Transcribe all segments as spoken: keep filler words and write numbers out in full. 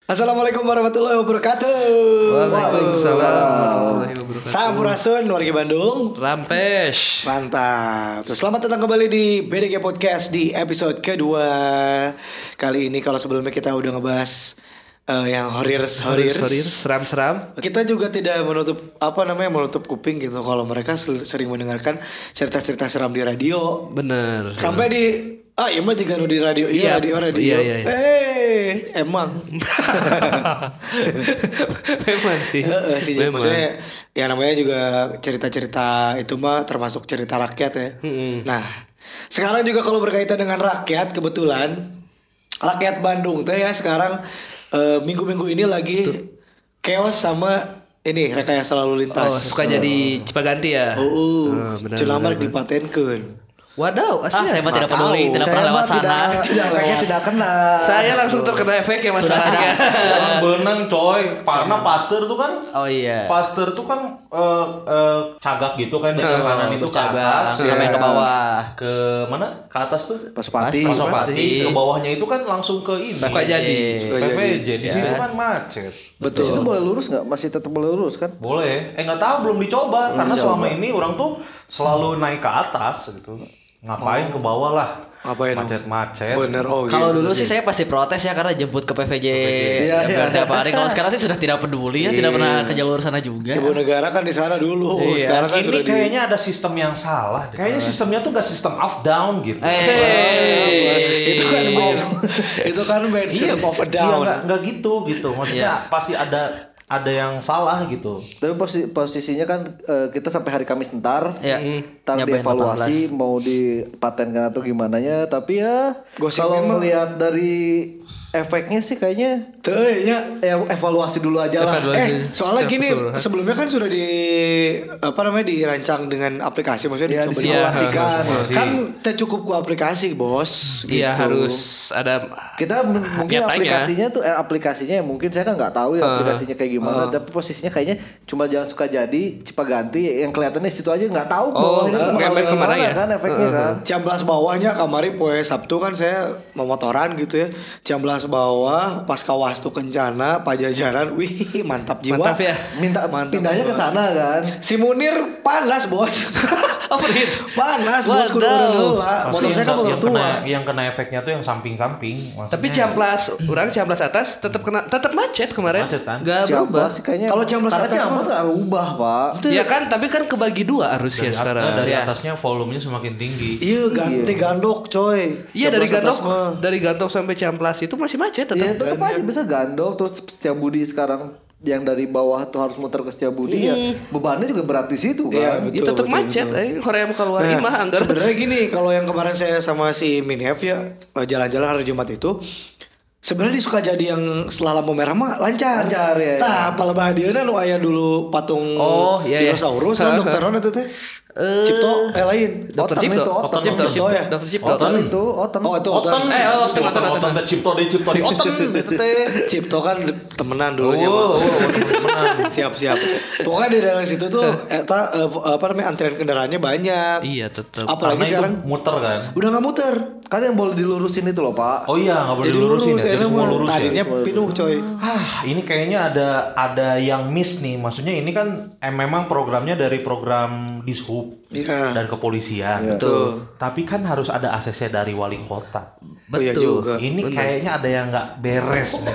Assalamualaikum warahmatullahi wabarakatuh. Waalaikumsalam warahmatullahi wabarakatuh. Sampurasun warga Bandung. Rampes. Mantap. Selamat datang kembali di B D G Podcast di episode kedua. Kali ini kalau sebelumnya kita udah ngebahas uh, yang horirs horirs, seram-seram. kita juga tidak menutup apa namanya menutup kuping gitu kalau mereka sering mendengarkan cerita-cerita seram di radio. Bener. Sampai di ah iya mah juga di radio iya, Iya, radio radio. iya, iya, iya. Eh emang. Memang sih. Heeh sih Memang. maksudnya ya namanya juga cerita-cerita itu mah termasuk cerita rakyat ya. Mm-mm. Nah, sekarang juga kalau berkaitan dengan rakyat kebetulan rakyat Bandung teh ya sekarang eh, minggu-minggu ini lagi chaos sama ini rekayasa lalu lintas. Oh, suka jadi Cipaganti ya? Oh, Oh, benar, Cenamar benar, benar. dipatenkeun. Wadaw, Ah, asli saya mah tidak Nggak peduli, tahu. tidak Saya pernah lewat mah sana. tidak, tidak efeknya tidak kena. Saya langsung terkena efek ya Sudah masalahnya. tidak. Benang coy, karena pasteur tuh kan, Oh iya. pasteur tuh kan eh, eh, cagak gitu kan dari Oh, kanan itu ke Bercabang atas, sampai ya. ke bawah. Ke mana? Ke atas tuh. Pasupati. Pas- Pasopati. Pasopati. Ke bawahnya itu kan langsung ke ini. Suka jadi. P V J di Ya. situ kan macet. Betul. Di situ boleh lurus nggak? Masih tetap boleh lurus kan? Boleh. Eh nggak tahu belum dicoba karena selama ini orang tuh selalu naik ke atas gitu. Ngapain ke bawah lah? Ngapain? Macet-macet. Bener oh Kalau gitu. dulu sih saya pasti protes ya karena jemput ke P V J Iya, hampir iya. tiap hari. Kalau sekarang sih sudah tidak peduli ya, tidak pernah ke jalur sana juga. Ibu negara kan di sana dulu. Iya. Sekarang kan Ini sudah di kayaknya ada sistem yang salah. deh. Kayaknya sistemnya tuh gak sistem up down gitu. Eh, itu kan off. itu kan band system of a Iya down. nggak nggak gitu gitu. Maksudnya pasti ada ada yang salah gitu. Tapi posi- posisinya kan eh, kita sampai hari Kamis ntar, Ya. ntar Nyobain dievaluasi mau dipatenkan atau gimana nya. Tapi ya Gosipnya kalau mah- melihat dari efeknya sih kayaknya Tuh ya. ya evaluasi dulu aja lah. Evaluasi. Eh, soalnya Siap, gini, betul. sebelumnya kan sudah di apa namanya dirancang dengan aplikasi, maksudnya Ya, dicoba disimulasikan. Simulasi. kan tidak cukup ku aplikasi, Bos. Iya gitu. harus ada. Kita m- mungkin Nyatanya. aplikasinya tuh eh, aplikasinya ya mungkin saya kan nggak tahu ya Uh. aplikasinya kayak gimana. Tapi posisinya kayaknya cuma jangan suka jadi Cipaganti yang kelihatannya situ aja nggak tahu Oh, bawahnya tuh kayak bakal kemarin gimana ya? kan efeknya Uh. kan. Ciamblas bawahnya kamari poe Sabtu kan saya memotoran gitu ya. Ciamblas bawah pas kawas tuh kencana pajajaran. Wih, mantap jiwa. Mantap ya. Minta Mantap pindahnya ke jiwa. sana kan. Si Munir panas, Bos. Oh begitu. panas, Bos kudu Wadaw. udah heula. Motor Pasti saya kan yang, motor yang tua. kena yang kena efeknya tuh yang samping-samping. Maksudnya Tapi Ciamplas, orang Ciamplas atas tetap kena, tetap macet kemarin. Macet kan? Gak berubah. Ciamplas sih kayaknya. Kalau Ciamplas karena atas Ciamplas mah- nggak rubah pak. Ya kan, tapi kan kebagi dua arusnya dari, sekarang. at- dari Ya. atasnya volumenya semakin tinggi. Iya, ganti gandok, coy. Iya dari Ciamblas atas Gandok, mah. dari Gandok sampai Ciamplas itu masih macet tetap. Ya tetap aja bisa gandok terus Setiabudi sekarang yang dari bawah tuh harus muter ke Setiabudi ya bebannya juga berat di situ Iya, kan. Ya tetap macet, eh Korea keluar Nah, imah anggar. sebenarnya gini, kalau yang kemarin saya sama si Minhef ya eh, jalan-jalan hari Jumat itu, sebenarnya suka jadi yang setelah lampu merah mah lancar. Lancar, ya, ya. Tah, palebah dieuna nu aya dulu patung Oh, iya, iya. dinosaurus, Ha, kan dokter naon itu teh? Eh, Cipto eh lain. Dokter Oten Cipto, itu, Dokter Oten. Cipto, Cipto ya? Dokter Cipto. Oten itu, Oten. Oh, itu Oten. Oten. Eh, oh, Oten, tengah, tengah, Oten tengah. teh Cipto deh, Cipto di Oten gitu teh. Cipto kan temenan dulu Oh, nya, oh, Mak. Siap-siap. Pokoknya di dalam situ tuh eta eh, apa namanya antrian kendaraannya banyak. Iya tetap. Apalagi Karena itu sekarang muter kan. udah nggak muter. Kan yang boleh dilurusin itu loh pak. Oh iya, nggak boleh Jadi dilurusin lurus, ya. Jadi akhirnya semua mah lurus ya. tadinya pinuh, coy. Ah, ini kayaknya ada ada yang miss nih. Maksudnya ini kan eh, memang programnya dari program Dishub Iya. dan kepolisian. Betul. Tapi kan harus ada A C C dari wali kota. Oh, iya Betul. juga. Ini kayaknya ada yang nggak beres nih.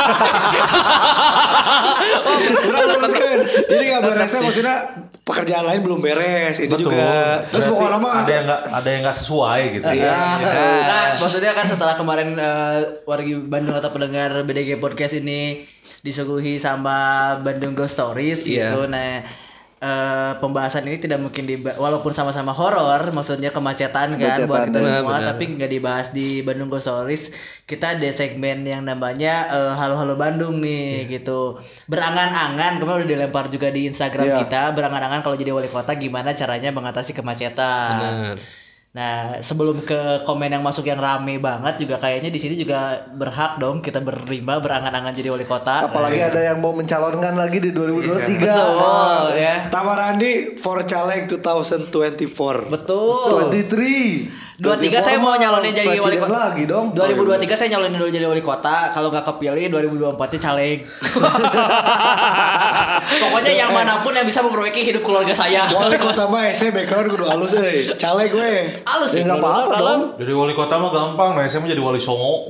Udah luruskan. Jadi nggak beresnya maksudnya pekerjaan lain belum beres. Ini juga. Terus Berarti pokoknya mah ada yang nggak ada yang nggak sesuai gitu. Iya. Nah, maksudnya kan setelah kemarin eh, warga Bandung atau pendengar B D G Podcast ini disuguhi sama Bandung Ghost Stories Iya. gitu. Nah, eh, pembahasan ini tidak mungkin di walaupun sama-sama horor, maksudnya kemacetan kan Kemacetan, buat kita benar, semua, benar. tapi nggak dibahas di Bandung Ghost Stories. Kita ada segmen yang namanya eh, Halo Halo Bandung nih gitu. Berangan-angan kemarin udah dilempar juga di Instagram Iya. kita, berangan-angan kalau jadi wali kota gimana caranya mengatasi kemacetan. Benar. Nah, sebelum ke komen yang masuk yang rame banget juga kayaknya di sini juga berhak dong kita berlima berangan-angan jadi wali kota. Apalagi ada yang mau mencalonkan lagi di dua ribu dua puluh tiga. Betul ya. Tamarandi for Caleg dua ribu dua puluh empat. Betul. dua puluh tiga. dua puluh tiga saya mau nyalonin jadi wali presiden kota lagi dong. dua ribu dua puluh tiga saya nyalonin dulu jadi wali kota. Kalau nggak kepilih dua ribu dua puluh empat nya caleg. Pokoknya yang manapun yang bisa memperbaiki hidup keluarga saya. Wali kota mah ese background kudu halus euy. Caleg gue. Halus Ya nggak apa-apa dong. Jadi wali kota mah gampang, nah saya mau jadi wali songo.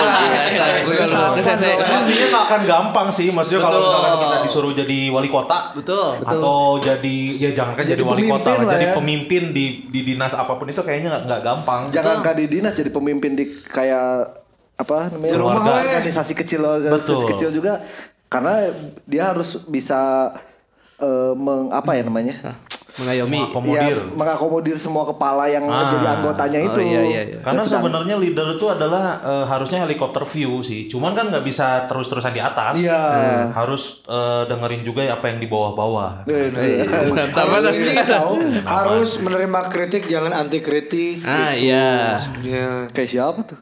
Ah, Pastinya nggak akan gampang sih, maksudnya kalau Betul. misalkan kita disuruh jadi wali kota, betul. atau jadi ya jangan kan jadi, Jadi wali kota, pemimpin lah jadi ya. pemimpin di di dinas apapun itu kayaknya nggak nggak gampang. Jangan kan di dinas jadi pemimpin di kayak apa namanya? Keluarga. Organisasi kecil, organisasi Betul. kecil juga karena dia harus bisa eh, meng apa ya namanya? Mengayomi. Mengakomodir. Ya, mengakomodir semua kepala yang Ah. jadi anggotanya Oh, itu. iya, iya, iya. Karena Nah, sedang- sebenarnya leader itu adalah eh, harusnya helikopter view sih. Cuman kan nggak bisa terus-terusan di atas. Iya. Hmm, Harus eh, dengerin juga apa yang di bawah-bawah. Eh, Mantap Harus banget. ini tahu, harus menerima kritik jangan anti kritik. Ah gitu. iya. Maksudnya. Kayak siapa tuh?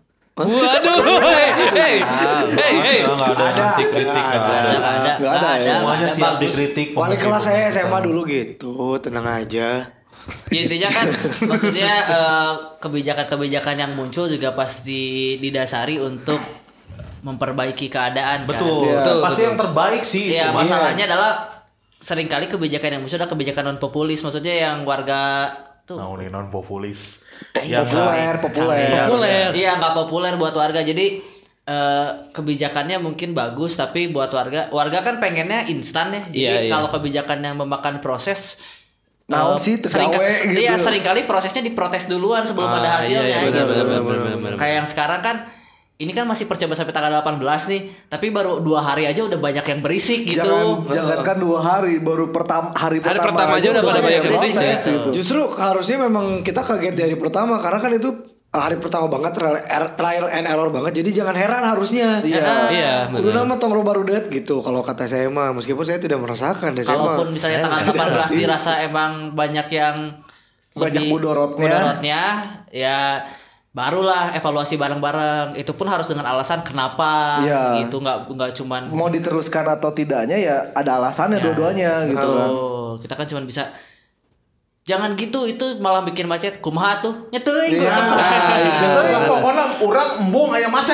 Waduh. Hei, hei, hei, hei. Nggak ada yang Ada. anti kritik. Nggak nggak Ada, ada. nggak ada, Nggak ada ya. nggak Semuanya ada, siap bagus. dikritik. Wali kelas saya S M A Betul. dulu gitu, tenang aja. Ya, intinya kan maksudnya eh, kebijakan-kebijakan yang muncul juga pasti didasari untuk memperbaiki keadaan kan. Betul. Iya. Betul. Pasti yang terbaik sih. Iya, itu. masalahnya adalah seringkali kebijakan yang muncul adalah kebijakan non populis, maksudnya yang warga tuh Nah, ini non populis. Populer, populer. Populer. iya nggak populer buat warga. Jadi eh, kebijakannya mungkin bagus tapi buat warga warga kan pengennya instan ya. Jadi Iya, iya. kalau kebijakan yang memakan proses Naon eh, sih, sering- tegawe gitu. Iya, seringkali prosesnya diprotes duluan sebelum Ah, ada hasilnya iya, iya, benar, gitu. benar, benar, benar, benar. Kayak yang sekarang kan ini kan masih percobaan sampai tanggal delapan belas nih, tapi baru dua hari aja udah banyak yang berisik gitu. Jangan jangankan dua hari, baru pertama hari, Hari pertama, pertama aja udah pada banyak yang berisik protes ya. gitu. Justru harusnya memang kita kaget dari pertama karena kan itu hari pertama banget trial, er- trial and error banget. Jadi jangan heran harusnya. Iya. Iya, Kudu benar. nama tong baru det gitu kalau kata saya mah meskipun saya tidak merasakan deh saya mah. Kalaupun misalnya tanggal delapan belas dirasa emang banyak yang Banyak lebih mudorotnya. mudorotnya, ya barulah evaluasi bareng-bareng. Itu pun harus dengan alasan kenapa Iya. gitu, nggak nggak cuman Mau diteruskan atau tidaknya ya ada alasannya Ya. dua-duanya gitu kan. Oh, kita kan cuma bisa jangan gitu, itu malah bikin macet. Kumaha tuh? Nyeteuing Iya, itu. Eh, pokoknya orang embung aya macet.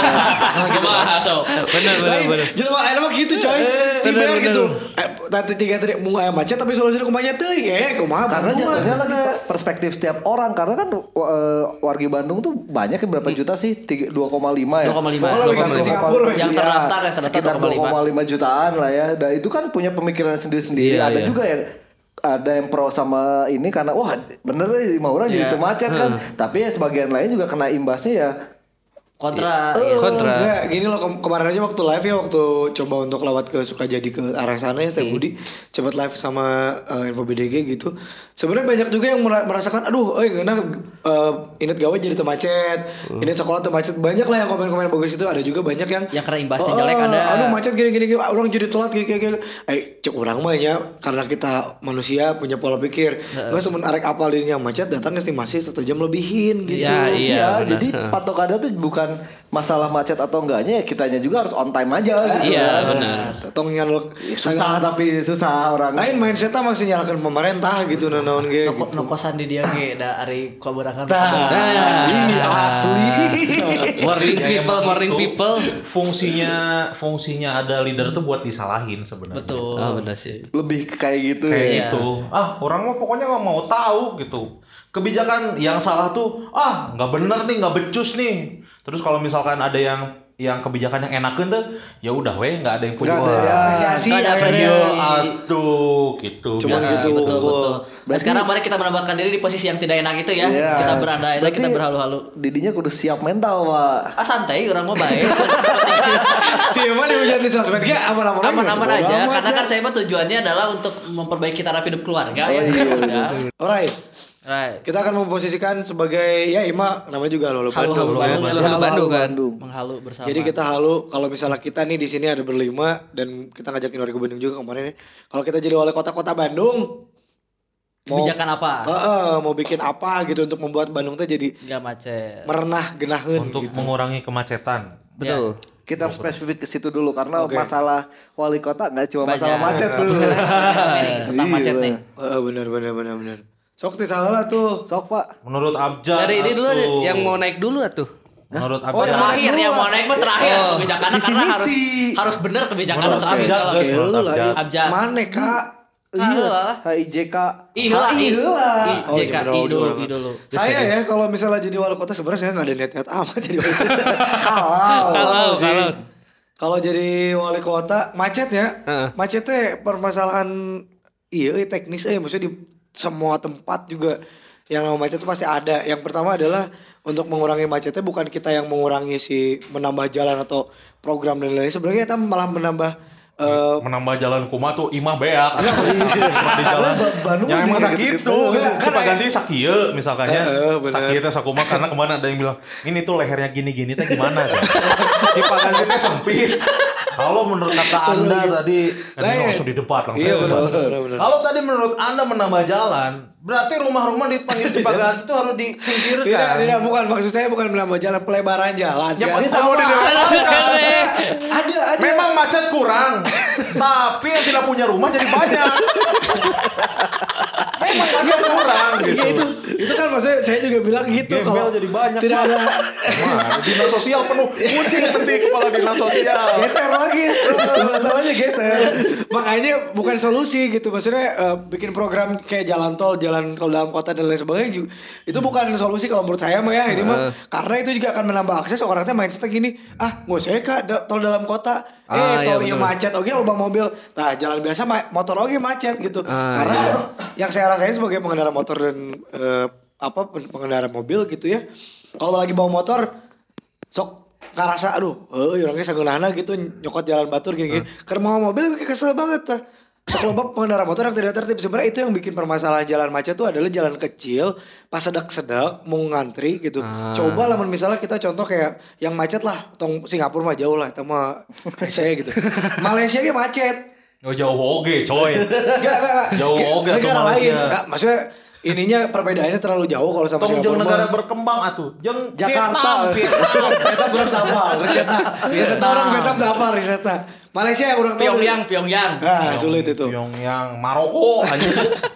Gimana so? Benar, benar, Lain, benar. jelema aya mah gitu coy. Tiba bener, gitu. Eh, tadi tiga tadi mau aya macet tapi solusinya kumaha teuing eh kumaha. Karena kumaha. jatuhnya lagi perspektif setiap orang karena kan uh, warga Bandung tuh banyak ya berapa juta sih? Tiga- dua koma lima ya. dua koma lima. Pokoknya lebih dari Singapura, Yang Iya, terdaftar, yang terdaftar sekitar dua koma lima. dua koma lima jutaan lah ya. Dan itu kan punya pemikiran sendiri-sendiri. Iya, Ada iya. juga yang ada yang pro sama ini karena wah bener nih lima orang jadi Iya. itu macet kan. Tapi ya sebagian lain juga kena imbasnya ya. Kontra. Eh, iya. Kontra. Nggak, gini loh kem- kemarin aja waktu live ya waktu coba untuk lewat ke Sukajadi ke arah sana ya Step Budi coba live sama eh, Info B D G gitu. Sebenarnya banyak juga yang mera- merasakan aduh euy geuna uh, init gawe jadi teu macet, init sekolah teu macet. Banyak lah yang komen-komen bagus itu, ada juga banyak yang Yang kena imbasnya "Oh, jelek oh, ada." Aduh macet gini gini, gini. orang jadi telat gini gini. gini. Eh cek urang mah nya karena kita manusia punya pola pikir. Enggak semen arek apal dirinya macet datang estimasi satu jam lebihin gitu. Ya, iya, benar. jadi patokannya tuh bukan masalah macet atau enggaknya ya kitanya juga harus on time aja gitu. Iya, kan. benar. Tong nyalok Susah tapi susah orang. lain mindsetnya masih nyalakan pemerintah gitu naon ge. Noko, nokosan di dia ge da ari kaberangan. Tah. Ih, asli. Morning Ya, people, emang morning itu people. Fungsinya fungsinya ada leader tuh buat disalahin sebenarnya. Betul. Oh, benar sih. Lebih kayak gitu Kayak ya. gitu. Ah, orang mah pokoknya nggak mau tahu gitu. Kebijakan yang salah tuh, ah nggak bener nih, nggak becus nih. Terus kalau misalkan ada yang yang kebijakan yang enakeun tuh, ya udah weh, nggak ada yang punya. Nggak ada ya. Apresiasi Nggak ada akhirnya. apresiasi. Aduh, gitu. Cuman biasa. gitu. Betul, betul. Nah, Berarti- sekarang mari kita menempatkan diri di posisi yang tidak enak itu ya. Iya. Kita berandai-andai, Berarti kita berhalu-halu. Didinya kudu siap mental, Pak. Ah santai, orang mau baik. Iya mah dihujat di sosmed ge aman-aman aja. Aman-aman bodo aja, amat karena ya. kan saya mah tujuannya adalah untuk memperbaiki taraf hidup keluarga Oh, ya. iya, Udah. Alright. Right. Kita akan memposisikan sebagai ya Ima namanya juga Halo Halu Bandung. halu ya. Bandung, Halo, halo, Bandung kan. menghalu bersama. Jadi kita halu kalau misalnya kita nih di sini ada berlima dan kita ngajakin warga Bandung juga kemarin. Kalau kita jadi wali kota-kota Bandung, mau kebijakan apa? Heeh, mau bikin apa gitu untuk membuat Bandung tuh jadi Enggak macet. merenah genaheun Untuk gitu. mengurangi kemacetan. Betul. Kita spesifik ke situ dulu karena Oke. masalah wali kota nggak cuma Banyak. masalah macet tuh. Sekarang ini tentang Iya. macet nih. Heeh, benar benar benar benar. Sok ti salah tuh. Sok Pak. Menurut Abjad Dari ini dulu atuh. yang mau naik dulu atuh. Menurut Oh, Abjad. Terakhir yang mau naik mah terakhir Oh. kebijakannya Visi karena harus misi. harus benar kebijakan Menurut untuk Abjad, kalau- guys. Oke Menurut lah. Abjad. Abjad. Mana Kak? Iya. lah. H I J K. Ih lah, ih lah. I Oh, J K iya, bener, I dulu, bener. I dulu. Saya ya kalau misalnya jadi wali kota sebenarnya saya nggak ada niat-niat amat jadi wali kota. Kalau Kalau sih. kalau Kalau jadi wali kota macet ya, Heeh. macetnya permasalahan iya eh, teknis eh maksudnya di semua tempat juga yang nama macet itu pasti ada. Yang pertama adalah untuk mengurangi macetnya bukan kita yang mengurangi si menambah jalan atau program dan lain-lain. Sebenarnya kita malah menambah eh, Menambah jalan kuma tuh imah beak. Enggak, maksudnya- Imah di jalan. Ba- Bandung Yang mah emang gitu, sakit gitu. tuh. Enggak, kan Cepat kayak- ganti sakieu misalkannya. Heeh, bener. Sakieu teh sakuma karena kemana ada yang bilang, "Ini tuh lehernya gini-gini teh gimana?" Cepat ganti teh sempit. Kalau menurut kata Anda tadi, kan Nah, ini iya. langsung di debat langsung. Iya di benar debat. benar benar. Kalau tadi menurut Anda menambah jalan, berarti rumah-rumah di pinggir Cipaganti itu harus disingkirkan. Tidak, tidak bukan maksud saya bukan menambah jalan pelebaran jalan. Ya, Jalan- ini sama di Ada ada. Memang macet kurang, tapi yang tidak punya rumah jadi banyak. Memang macet kurang gitu. Iya itu itu kan maksudnya saya juga bilang gitu Gembel kalau jadi banyak. tidak ada Wah, dinas sosial penuh, pusing nanti kepala dinas sosial. geser lagi masalahnya geser makanya bukan solusi gitu maksudnya eh, bikin program kayak jalan tol jalan tol dalam kota dan lain sebagainya juga, itu bukan solusi kalau menurut saya mah ya ini mah karena itu juga akan menambah akses orangnya mindsetnya gini ah nggak usah ya kak da- tol dalam kota eh Ah, iya, tol yang betul. macet oke lubang mobil nah jalan biasa ma- motor oke macet gitu Ah, karena yang saya rasain sebagai pengendara motor dan eh, apa pen- pengendara mobil gitu ya kalau lagi bawa motor sok ngerasa aduh eh orangnya sangeunahna gitu nyokot jalan batur gini-gini karena mau mobil gue kesel banget tah sok loba pengendara motor yang tidak tertib sebenarnya itu yang bikin permasalahan jalan macet tuh adalah jalan kecil pas sedak-sedak mau ngantri gitu Ah. coba lah misalnya kita contoh kayak yang macet lah tong Singapura mah jauh lah itu mah saya gitu Malaysia ge macet Oh jauh oge, coy. Gak, gak, gak. Jauh oge atuh negara Malaysia. lain. Nggak, maksudnya ininya perbedaannya terlalu jauh kalau sama Tong jeung Singapura. negara mah. berkembang atuh. Jeung Jakarta, Vietnam, Vietnam. Vietnam orang tapal, risetna. Risetna orang Vietnam tapal, risetna. Malaysia yang orang tahu. Pyongyang, Pyongyang. Ah, sulit itu. Pyongyang, Maroko anjir.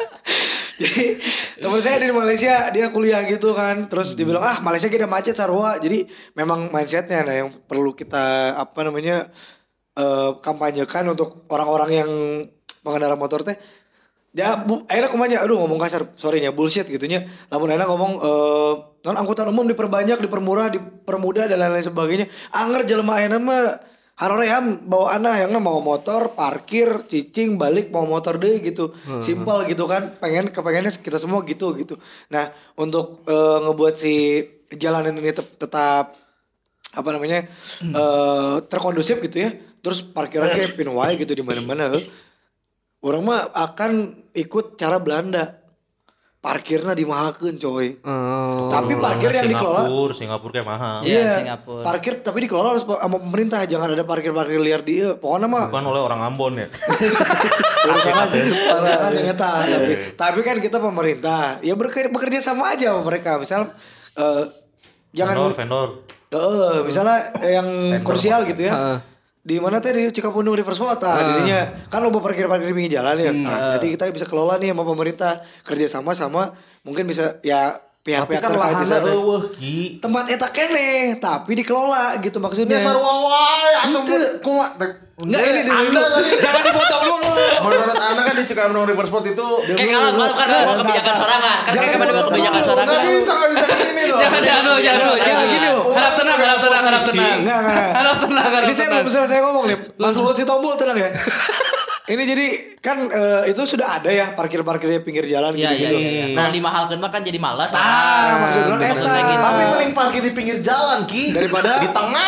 Jadi teman saya di Malaysia dia kuliah gitu kan, terus dia bilang ah Malaysia kita macet sarua. Jadi memang mindsetnya nah yang perlu kita apa namanya eh, kampanyekan untuk orang-orang yang pengendara motor teh. Ya, bu, akhirnya kumanya, aduh ngomong kasar, sorry nya bullshit gitunya. Lamun akhirnya ngomong eh non angkutan umum diperbanyak, dipermurah, dipermudah dan lain-lain sebagainya. Anger jelema akhirnya mah haroream bawa anak yang mau motor, parkir, cicing, balik mau motor deh gitu. Simpel gitu kan. Pengen kepengennya kita semua gitu gitu. Nah, untuk eh, ngebuat si jalanan ini tetap, tetap apa namanya? eh terkondusif gitu ya. Terus parkirannya pin wae gitu di mana-mana. Orang mah akan ikut cara Belanda. Parkirnya dimahakeun coy. Oh. Tapi parkir yang dikelola Singapura, Singapura kayak mahal. Iya, Singapura. Parkir tapi dikelola harus sama pemerintah, jangan ada parkir-parkir liar di ieu. Pokoknya mah Bukan oleh orang Ambon ya. urusan aja parah ternyata. Tapi tapi kan kita pemerintah, ya bekerja, bekerja sama aja sama mereka. Misal eh, jangan Vendor, vendor. eh, misalnya yang krusial gitu ya. Heeh. Di mana teh di Cikapundung River Spot ah, dirinya kan lo parkir-parkir di pinggir jalan ya. Nah, nanti kita bisa kelola nih sama pemerintah kerja sama sama mungkin bisa ya Tapi pihak-pihak kan terkait di lahannya sana. eueuh ki. Tempat eta keneh, tapi dikelola gitu maksudnya. Ya sarua wae atuh Itu. kumaha. Enggak ini dulu. Anda tadi Jangan dipotong dulu. menurut Anda kan di Cikapundung River Spot itu Kayak kalau kalau kan ada kebijakan sorangan, kan kayak pada Jangan kebijakan dulu. sorangan. Nggak bisa, nggak bisa gini loh. Jangan jangan dulu, jangan dulu, Jangan jangan gini loh. Harap tenang, harap tenang, harap Posisi. tenang. Enggak, enggak. Harap tenang, harap Ini saya tenang. belum selesai ngomong nih. Mas Luhut si Tombol tenang ya. Ini jadi kan eh, itu sudah ada ya parkir-parkirnya pinggir jalan Iya, iya, gitu-gitu. iya, iya. Nah, Kalau dimahalkan mah kan jadi malas. ah, maksud orang Maksudnya eta. gitu. Tapi mending parkir di pinggir jalan ki Daripada- di tengah.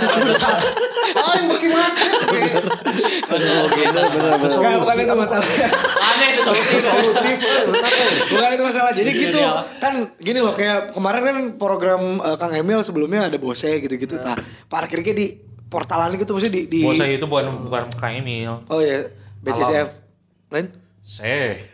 Paling beki macet. Enggak, bukan itu masalahnya. Aneh itu solusi. Solutif. Bukan itu masalah. Jadi Iya, gitu iya. kan gini loh kayak kemarin kan program eh, Kang Emil sebelumnya ada Bose gitu-gitu. Nah, parkirnya di portalan gitu mesti di, di Bosnya itu bukan bukan Kang Emil. Oh ya, B C C F. Lain? Se.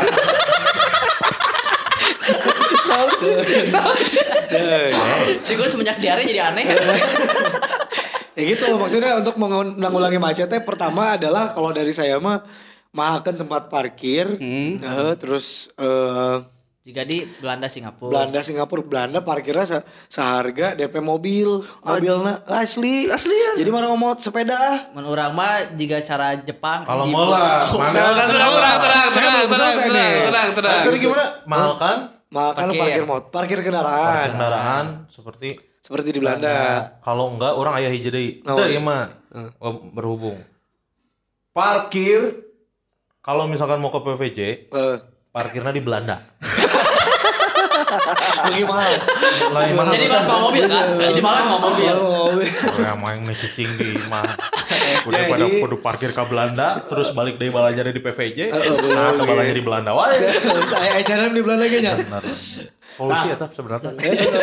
Si gue semenjak diare jadi aneh. Ya gitu maksudnya untuk menanggulangi macetnya pertama adalah kalau dari saya mah mahakan tempat parkir, Hmm. eh, terus eh, Jika di Belanda Singapura. Belanda Singapura Belanda parkirnya se- seharga D P mobil mobilnya asli Asli ya. jadi mana mau sepeda Mun urang mah jika cara Jepang Kalau di- mau lah, mana? Tenang, tenang, tenang, tenang, Saya tenang, belum tenang, selesai tenang, nih. tenang, tenang. Parkir gimana? Mahal kan? mahal kan lu Parkir. parkir mot parkir kendaraan Parkir kendaraan seperti seperti di Belanda kalau enggak orang ayah hiji deui. Oh, Teu iya. ieu mah oh, berhubung. Parkir kalau misalkan mau ke P V J, Eh, parkirnya di Belanda. lebih mahal Lain mahal. Jadi malas sama mobil kan? Jadi malas sama mobil. mobil Ya main ngecicing di mah. Udah pada Jadi- kudu parkir ke Belanda, terus balik dari balajare di P V J. oh, Nah, bener, ke balajare di Belanda wae. saya H&M di Belanda kayaknya Benar. Solusi ya tap sebenarnya.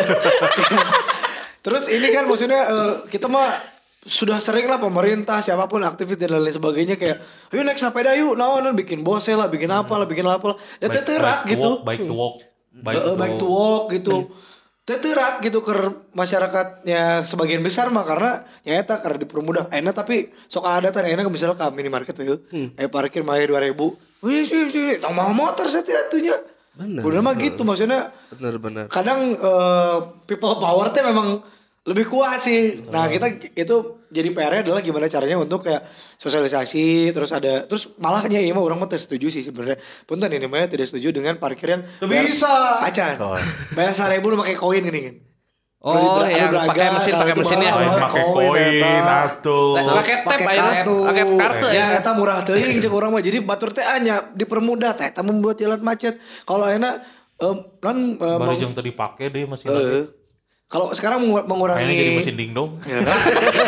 terus ini kan maksudnya eh, kita mah sudah sering lah pemerintah siapapun aktivis dan lain sebagainya kayak ayo naik sepeda yuk naon bikin bose lah bikin apa lah bikin apa lah dan Bike- teterak bike to gitu walk, Bike to walk. Bike Heeh, back to walk gitu teterak gitu ke masyarakatnya sebagian besar mah karena nyata karena dipermudah enak tapi sok ada tan enak misalnya ke minimarket tuh ayo parkir mah dua ribu wih sih sih tambah motor satu-satunya Bener. udah mah gitu maksudnya Bener-bener. kadang eh, people power teh memang lebih kuat sih. Nah kita itu jadi P R-nya adalah gimana caranya untuk kayak sosialisasi terus ada terus malahnya iya mah orang mah teh setuju sih sebenarnya. Punten ini mah tidak setuju dengan parkir yang Tuh bisa. acan. Oh. Bayar seribu lu pakai koin gini kan. Oh, yang pakai mesin, pakai mesinnya. Lain pakai koin atuh. Lah, pakai tap Pakai aja, kartu. pakai kartu Ya ya. eta murah teuing cek urang mah. Jadi batur teh anya dipermudah teh eta membuat jalan macet. Kalau enak em non em, Bari jeung teu dipake deh masih eh, lagi. kalau sekarang mengu- mengurangi Kayaknya jadi mesin dingdong. Ya kan?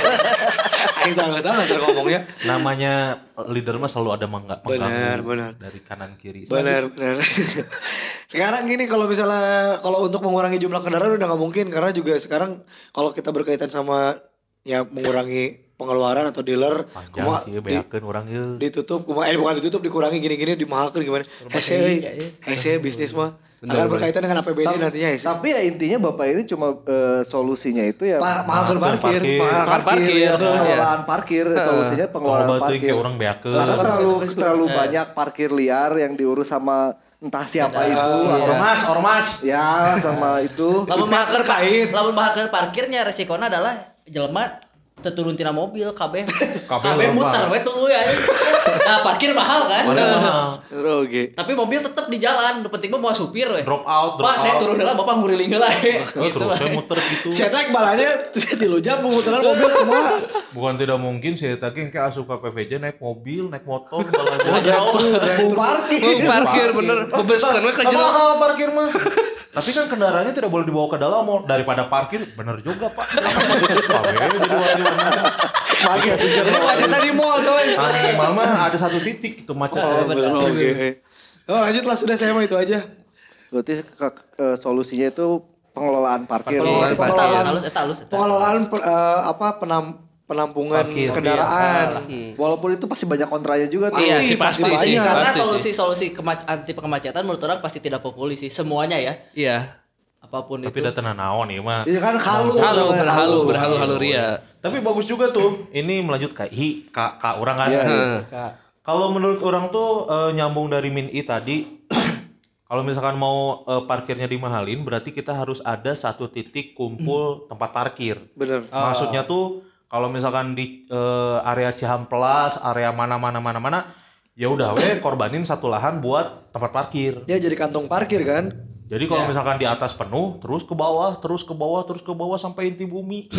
Aing tahu nggak salah cara ngomongnya. Namanya leader mah selalu ada mangga Benar, benar. dari kanan kiri. Benar, benar. Sekarang gini kalau misalnya kalau untuk mengurangi jumlah kendaraan udah nggak mungkin karena juga sekarang kalau kita berkaitan sama ya mengurangi pengeluaran atau dealer Panjang kumaha sih di- beakeun urang ieu. ditutup kumaha eh bukan ditutup dikurangi gini-gini dimahalkeun gimana. Hese euy. Hese bisnis mah akan berkaitan dengan A P B D nantinya hese. Tapi ya intinya Bapak ini cuma eh, solusinya itu ya Pa- mahalkeun parkir. parkir. Mahalkan parkir. ya, Iya. pengelolaan parkir, solusinya Kalau pengelolaan batu parkir. kayak orang beakeun. Karena terlalu terlalu Eh. banyak parkir liar yang diurus sama entah siapa itu atau Ormas, ormas. ya sama itu. Lamun mahakeun terkait. lamun mahakeun parkirnya resikonya adalah jelema terturun tina mobil kabeh. Kabeh lomba. muter we tuluy ya. Nah, parkir mahal kan? Mahal. Oke. Tapi mobil tetap di jalan, nu penting mah mau supir we. Drop out, drop Pak, saya out. turun heula, Bapak nguriling heula we. Oh, Gitu. terus saya we. muter gitu. Saya tag balanya di lujang pemutaran mobil kumaha. Bukan tidak mungkin saya tadi kayak asup ke P V J naik mobil, naik motor, Nah, balanya. jauh. Mau parkir. Oh, parkir bener. Bebeskan we ka Nggak jero. mahal parkir mah. Tapi kan kendaraannya tidak boleh dibawa ke dalam mall daripada parkir. Bener juga Pak. Kawe jadi wali-wali. Pakai feature Jadi macet tadi mall coy. Nah, minimal mah ada satu titik itu macet. Oh, bener. Oke. Oh lanjutlah sudah saya mau itu aja. Berarti ke- eh, solusinya itu pengelolaan parkir. Pengelolaan Eta parkir. halus, halus, eta halus. eta. Pengelolaan per- eh, apa penam penampungan Parkir. kendaraan. Hmm. Walaupun itu pasti banyak kontranya juga tuh. Iya Pasti, sih pasti pasti sih. banyak. Karena pasti sih. solusi-solusi kema- anti kemacetan menurut orang pasti tidak populis sih. Semuanya ya. Iya. Apapun Tapi itu. udah tenan naon ieu mah. Ini kan halu. Halu, berhalu, Halu. berhalu, halu ria. Tapi bagus juga tuh. Ini melanjut ke hi, ka, ka orang kan. Iya. Heeh. Kak. Kalau menurut orang tuh eh, nyambung dari Min I tadi, kalau misalkan mau eh, parkirnya dimahalin, berarti kita harus ada satu titik kumpul tempat parkir. Bener. Maksudnya tuh kalau misalkan di eh, area Cihamplas, area mana-mana mana-mana, ya udah we korbanin satu lahan buat tempat parkir. Dia jadi kantong parkir kan. Jadi kalau Ya. misalkan di atas penuh, terus ke bawah, terus ke bawah, terus ke bawah sampai inti bumi.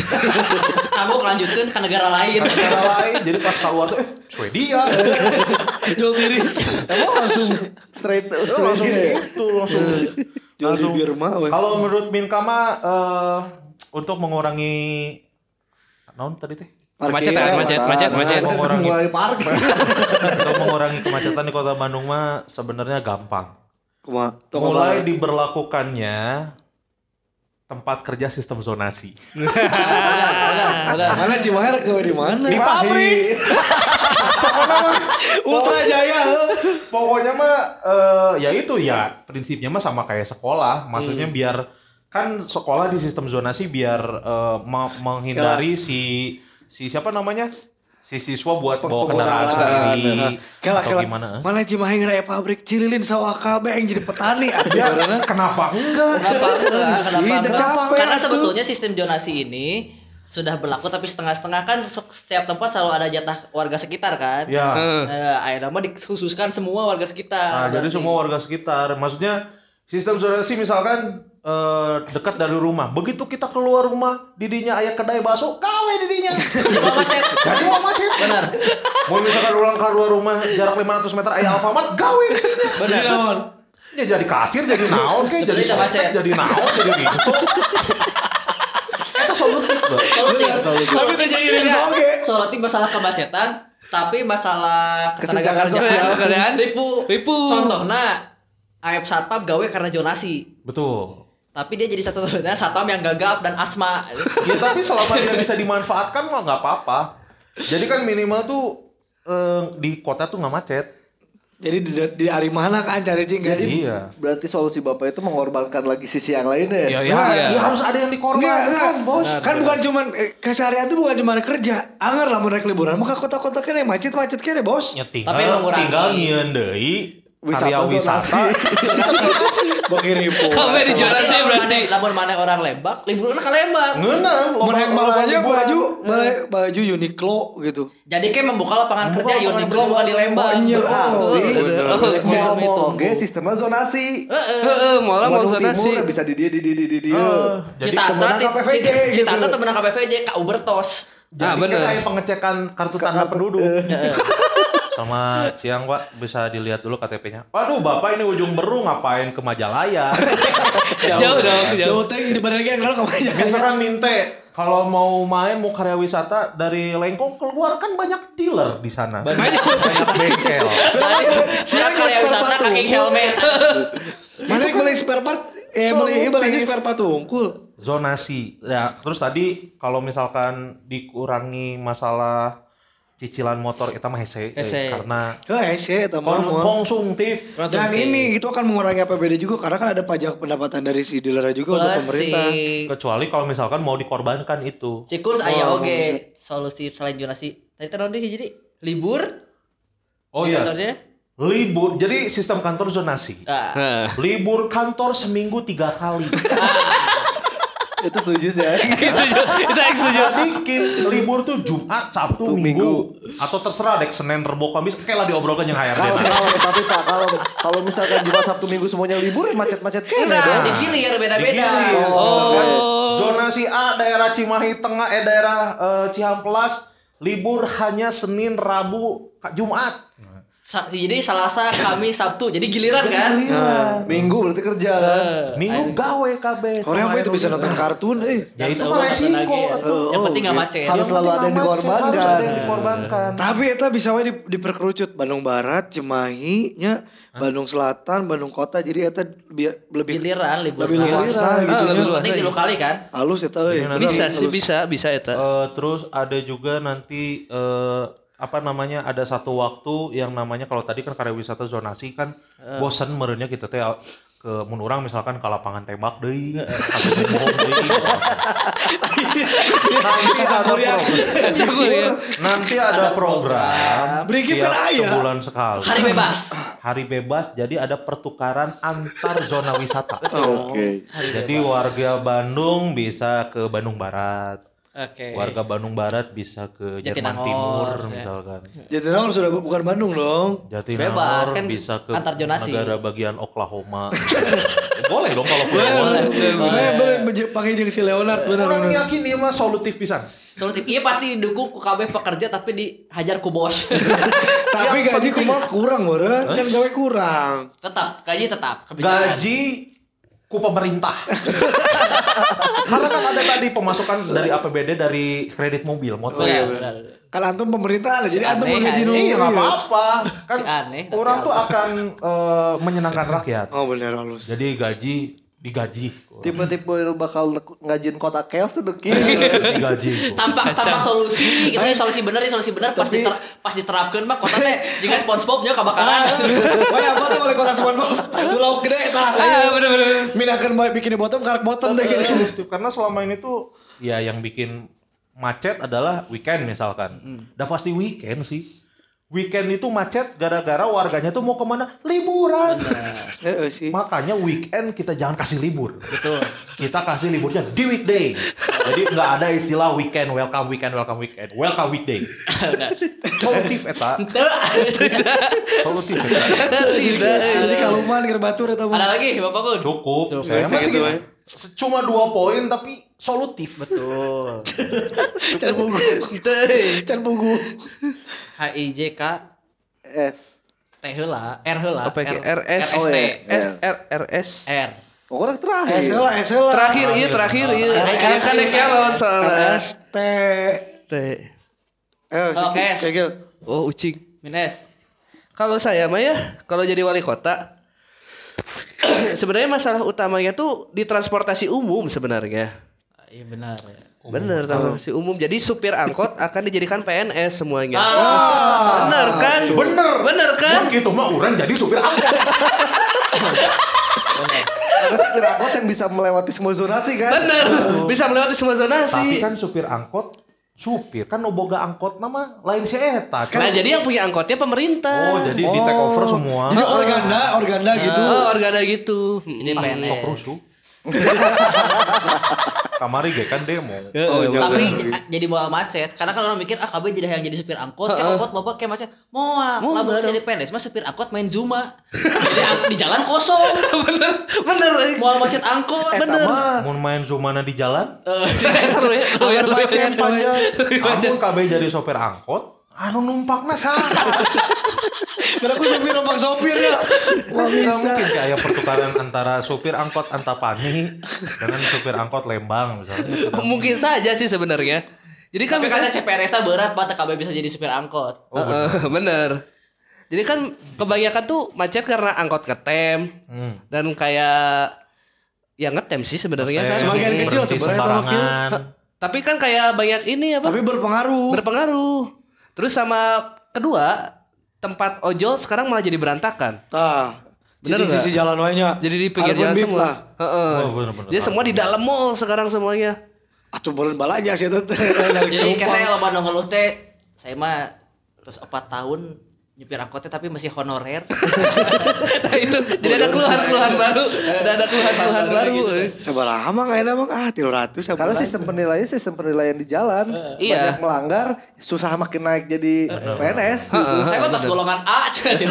Kamu kelanjutkan ke negara lain. Ke negara lain. Jadi pas keluar tuh, eh Swedia. Jual tiris. Emang langsung straight Terus straight langsung gitu ya? itu langsung. Jual di langsung. Birma weh. Kalau menurut Minkama eh untuk mengurangi naon tadi teh? Kemacetan, macet, macet, macet. Mengurangi- Mulai parkir. Untuk mengurangi kemacetan di Kota Bandung mah sebenarnya gampang. Kuma. Mulai diberlakukannya tempat kerja sistem zonasi. Mana Cimahi ke di mana? Di pabrik. Ultra Jaya. Pokoknya mah eh, ya itu ya prinsipnya mah sama kayak sekolah. Maksudnya Hmm. biar kan sekolah di sistem zonasi biar eh, me- menghindari si si siapa namanya? si siswa buat bawa Pengguna kendaraan lahan. sendiri Kela atau kela. gimana? Mana Cimahi ngerai pabrik Cililin sawah kabeh yang jadi petani aja. Ya, kenapa enggak? Kenapa enggak? Sih, Kenapa udah enggak? capek Karena atuh. sebetulnya sistem zonasi ini sudah berlaku tapi setengah-setengah kan setiap tempat selalu ada jatah warga sekitar kan. Ya. Eh, akhirnya mah dikhususkan semua warga Nah, sekitar. jadi berarti. semua warga sekitar. Maksudnya sistem zonasi misalkan eh, dekat dari rumah. Begitu kita keluar rumah, didinya aya kedai bakso, gawe didinya. Mau macet. Jadi mau macet. Benar. Mau misalkan ulang keluar rumah jarak lima ratus meter aya Alfamart, gawe didinya. Benar. Ya jadi kasir, jadi naon kayak jadi Betul, sostek, macet. jadi naon, jadi gitu. Itu solutif, Bro. Solutif. Tapi itu jadi diri enggak. soge. Solutif masalah kemacetan, tapi masalah Kesenjangan ketenaga sosial. kerjaan ribu. Ribu. Contohnya A F Satpam gawe karena zonasi. Betul. Tapi dia jadi satu-satunya satpam yang gagap dan asma. Ya tapi selama dia bisa dimanfaatkan mah nggak apa-apa. Jadi kan minimal tuh eh, di kota tuh nggak macet. Jadi di, di dari mana kan cari cing kan? Jadi Iya. berarti solusi Bapak itu mengorbankan lagi sisi yang lainnya. Ya, ya, Iya. ya harus ada yang dikorbankan, Enggak, enggak. bos. Kan bukan cuman eh, keseharian tuh bukan cuman kerja. Anggar lah mau naik liburan, maka kota-kota kan yang macet-macet kene, Bos. Ya, tinggal, Tapi mengurangi. tinggal nyieun deui Wisata area wisata. Bagi ribu. Kabeh di zonasi berarti. Lamun mana orang Lembang, liburan ke Lembang. Ngeunah, Mun yang loba aja liburan. baju baju, baju Uniqlo gitu. Jadi kayak membuka lapangan Membuka kerja lapangan Uniqlo kerja. bukan di Lembang. Oh, iya. Berarti bener. mau oke sistemnya zonasi. Heeh, malah mau Bandung zonasi. Timur bisa di dia di dia di dia di dia. Eh, Si jadi Tata temenan di- K P V J si- Si gitu. Tata temenan K P V J, Kak Uber tos. Ah, jadi bener. kayak pengecekan kartu tanda penduduk. Sama siang Pak bisa dilihat dulu K T P-nya. Waduh Bapak ini ujung Beru ngapain ke Majalaya? Jauh dong, jauh. Jauh teh di badan yang kalau kamu aja. Misalkan minte kalau mau main mau karya wisata dari Lengkong keluar kan banyak dealer di sana. Banyak. Banyak bengkel. Siang karya wisata kaki helmet. Mana yang beli spare part? Eh beli beli spare part unggul. Zonasi. Ya, terus tadi kalau misalkan dikurangi masalah cicilan motor itu mah hese Hese. karena Eh sih eta mah. kon- konsumtif. Dan ini itu akan mengurangi A P B D juga karena kan ada pajak pendapatan dari si dealer juga untuk pemerintah. Kecuali kalau misalkan mau dikorbankan itu. Cikus aya Oh, oge solusi selain zonasi. Tadi taruh deh jadi libur. Oh di iya. kantornya. Libur. Jadi sistem kantor zonasi. Ah. Nah. Libur kantor seminggu tiga kali. Itu setuju sih ya. Itu itu yang setuju. Bikin libur tuh Jumat, Sabtu, Tuh, Minggu. Atau terserah dek Senin, Rebo, Kamis. Kayak lah diobrolkan yang H R D. Kalau kalau tapi Pak kalau kalau misalkan Jumat Sabtu Minggu semuanya libur macet-macet kene Nah, dong. digilir beda-beda. Digilir. Oh. Zonasi A daerah Cimahi Tengah eh daerah eh, Cihamplas libur hanya Senin, Rabu, Jumat. Sa- jadi Selasa, Kamis, Sabtu. Jadi giliran kan? Nah, Minggu berarti kerja kan. Eh, Minggu gawe K B. Orang apa itu bisa nonton kartun eh. Ya itu Tahu mah nonton resiko. lagi. atuh. Yang penting nggak macet. Harus selalu ada yang dikorbankan. Harus ada yang dikorbankan. Tapi itu bisa we di- diperkerucut Bandung Barat, Cimahi nya, Bandung Selatan, Bandung Kota jadi eta biar lebih Giliran libur. lebih luas lah gitu. Ah, lebih nya. luas. Penting tilu kali kan? Halus eta euy. Iya, nanti Bisa Halus. sih, bisa, bisa eta. Eh, terus ada juga nanti eh, apa namanya ada satu waktu yang namanya kalau tadi kan karya wisata zonasi kan bosen merenya kita teh ke mun urang misalkan ke lapangan tembak deui atau ngomong deui. Nanti ada program. Nanti ada program Brigif tiap kan aya. sebulan sekali. Hari bebas. Hari bebas jadi ada pertukaran antar zona wisata. Oke. Jadi warga Bandung bisa ke Bandung Barat. Oke. Warga Bandung Barat bisa ke Jerman Jatinangor, Timur ya. misalkan. Jatinangor sudah bu- bukan Bandung dong. Jatinangor Bebas, kan bisa ke antar zonasi. negara bagian Oklahoma. Boleh dong kalau Boleh, boleh. Boleh boleh beje- pakai jeung si Leonard benar Orang benar. yakin dia mah solutif pisan. Solutif iya pasti didukung ku kabeh pekerja tapi dihajar ku bos. Tapi gaji kumaha kurang meureun, kan gawe kurang. Tetap, gaji tetap. Kebijakan. Gaji ku pemerintah. Karena kan ada tadi pemasukan dari A P B D dari kredit mobil motor. Oh, iya, benar. Kalau antum pemerintah jadi antum Aneh, gaji aneh. dulu. Iya nggak apa-apa. Kan Si aneh, tapi orang tuh apa? akan eh, menyenangkan rakyat. Oh benar halus. Jadi gaji digaji. Tipe-tipe bakal ngajin kota chaos tuh kieu. Digaji. tanpa tanpa solusi gitu ya solusi bener ya solusi bener pas Tapi- diter, pas diterapkeun mah kota teh jika SpongeBob nya kabakaran. Wah, apa tuh wali kota SpongeBob? Itu lauk gede tah. Ah, bener-bener. Minakeun bikin bottom karak bottom teh gini. Solutif. Karena selama ini tuh ya yang bikin macet adalah weekend misalkan. Udah pasti weekend sih. Weekend itu macet gara-gara warganya tuh mau kemana? Liburan. Heeh sih. Makanya weekend kita jangan kasih libur. Betul. Kita kasih liburnya di weekday. Jadi nggak ada istilah weekend, welcome weekend, welcome weekend, welcome weekday. Solutif eta. Solutif eta. Tidak. Jadi kaluman keur batur eta mah. Ada lagi Bapak Kun? Cukup. Cukup. Saya Gitu, masih ya. cuma dua poin tapi solutif. Betul. Can pugu. Teh. Can pugu. H I J K S. T heula, R heula, Apa ya? R S. Oh, R S T, iya. S R R S. R. Oh, orang terakhir. S lah, S lah. Terakhir iya terakhir iya. R S. Kan yang lawan soalnya. S T. T. Eh, Oh, S. kayak gitu. Oh ucing. Minus. Kalau saya mah ya, kalau jadi wali kota, sebenarnya masalah utamanya tuh di transportasi umum sebenarnya. Iya benar ya. Bener, transportasi umum. Jadi supir angkot akan dijadikan P N S semuanya. Ah, Bener kan? Bener. Bener kan? Yang gitu mah orang jadi supir angkot. Ada supir angkot yang bisa melewati semua zonasi kan? Bener. Bisa melewati semua Tapi zonasi. kan supir angkot, supir kan nu boga angkot nama lain si eta. Nah, jadi yang punya angkotnya pemerintah. Oh, jadi di take over semua. Jadi organda, organda gitu. Oh, organa gitu. Ini P N S. Sok rusuh. Kamari ge kan demo. Oh, Tapi j- jadi moal macet karena kan orang mikir ah K B jadi yang jadi supir angkot kayak lompat lompat kayak macet moal Moal, lamun bener. jadi P N S mah supir angkot main Zuma jadi ang- di jalan kosong bener. Bener. moal macet angkot Eta bener mah Mun main Zumana di jalan, Agar macet panjang. amun K B jadi sopir angkot, anu numpakna saha? Karena aku sopir numpak sopir ya. Wah Nggak bisa. mungkin kayak pertukaran antara supir angkot Antapani dengan supir angkot Lembang misalnya. Mungkin saja sih sebenarnya. Jadi kan tapi kan misalnya C P R S-nya berat banget K B bisa jadi supir angkot Heeh, bener. Jadi kan kebanyakan tuh macet karena angkot ngetem Hmm. dan kayak ya ngetem sih sebenarnya kan. Sebagian Berhenti kecil sebenarnya itu sembarangan. Tapi kan kayak banyak ini apa? Tapi berpengaruh. Berpengaruh. Terus sama kedua, tempat ojol sekarang malah jadi berantakan. Tah. Bener Sisi-sisi jalan wanya. Jadi di pinggir Urban jalan Beat semua. lah. Heeh. Oh, bener-bener. Jadi semua di dalam mall sekarang semuanya. Atuh beren balanya sih itu. jadi katanya lo pada ngeluh teh saya mah terus empat tahun nyupir angkotnya tapi masih honorer Nah itu, jadi ada keluhan-keluhan baru. Ada ada keluhan-keluhan baru. eh. Sabaraha mah kayaknya mah ah tiga ratus karena sistem penilaian sistem penilaian di jalan Iya. banyak melanggar susah makin naik jadi P N S gitu. saya kok tos golongan A jadi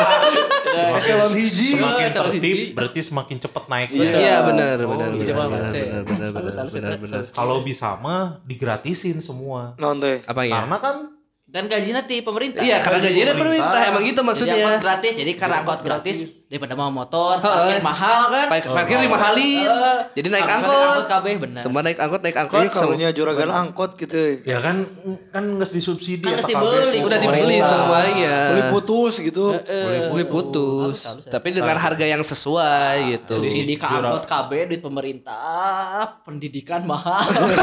Eselon hiji. Semakin Eh, sama tertib hiji. berarti semakin cepat naik. Iya benar Oh, benar iya, benar iya. benar Iya. benar benar benar Halus, benar halus, benar. halus. Kalau bisa mah digratisin semua. Non teh. Apa ya? Karena kan dan gajinya di pemerintah Iya karena gaji gajinya pemerintah. pemerintah emang gitu jadi angkot maksudnya. gratis jadi karena angkot gratis daripada mau motor Heeh. parkir mahal kan Parkir parkir lima kali. Eh, Jadi naik harus angkot. angkot K B bener Semua naik angkot naik angkot. Ini kalau semua- nya juragan angkot gitu. ya kan kan nggak disubsidi Kan eta nges K B. dibeli, udah dibeli Pemerintah. semuanya. Beli putus gitu. Beli putus. Halus, halus, halus. Tapi dengan harga yang sesuai gitu. subsidi ke Jura- angkot K B duit pemerintah pendidikan mahal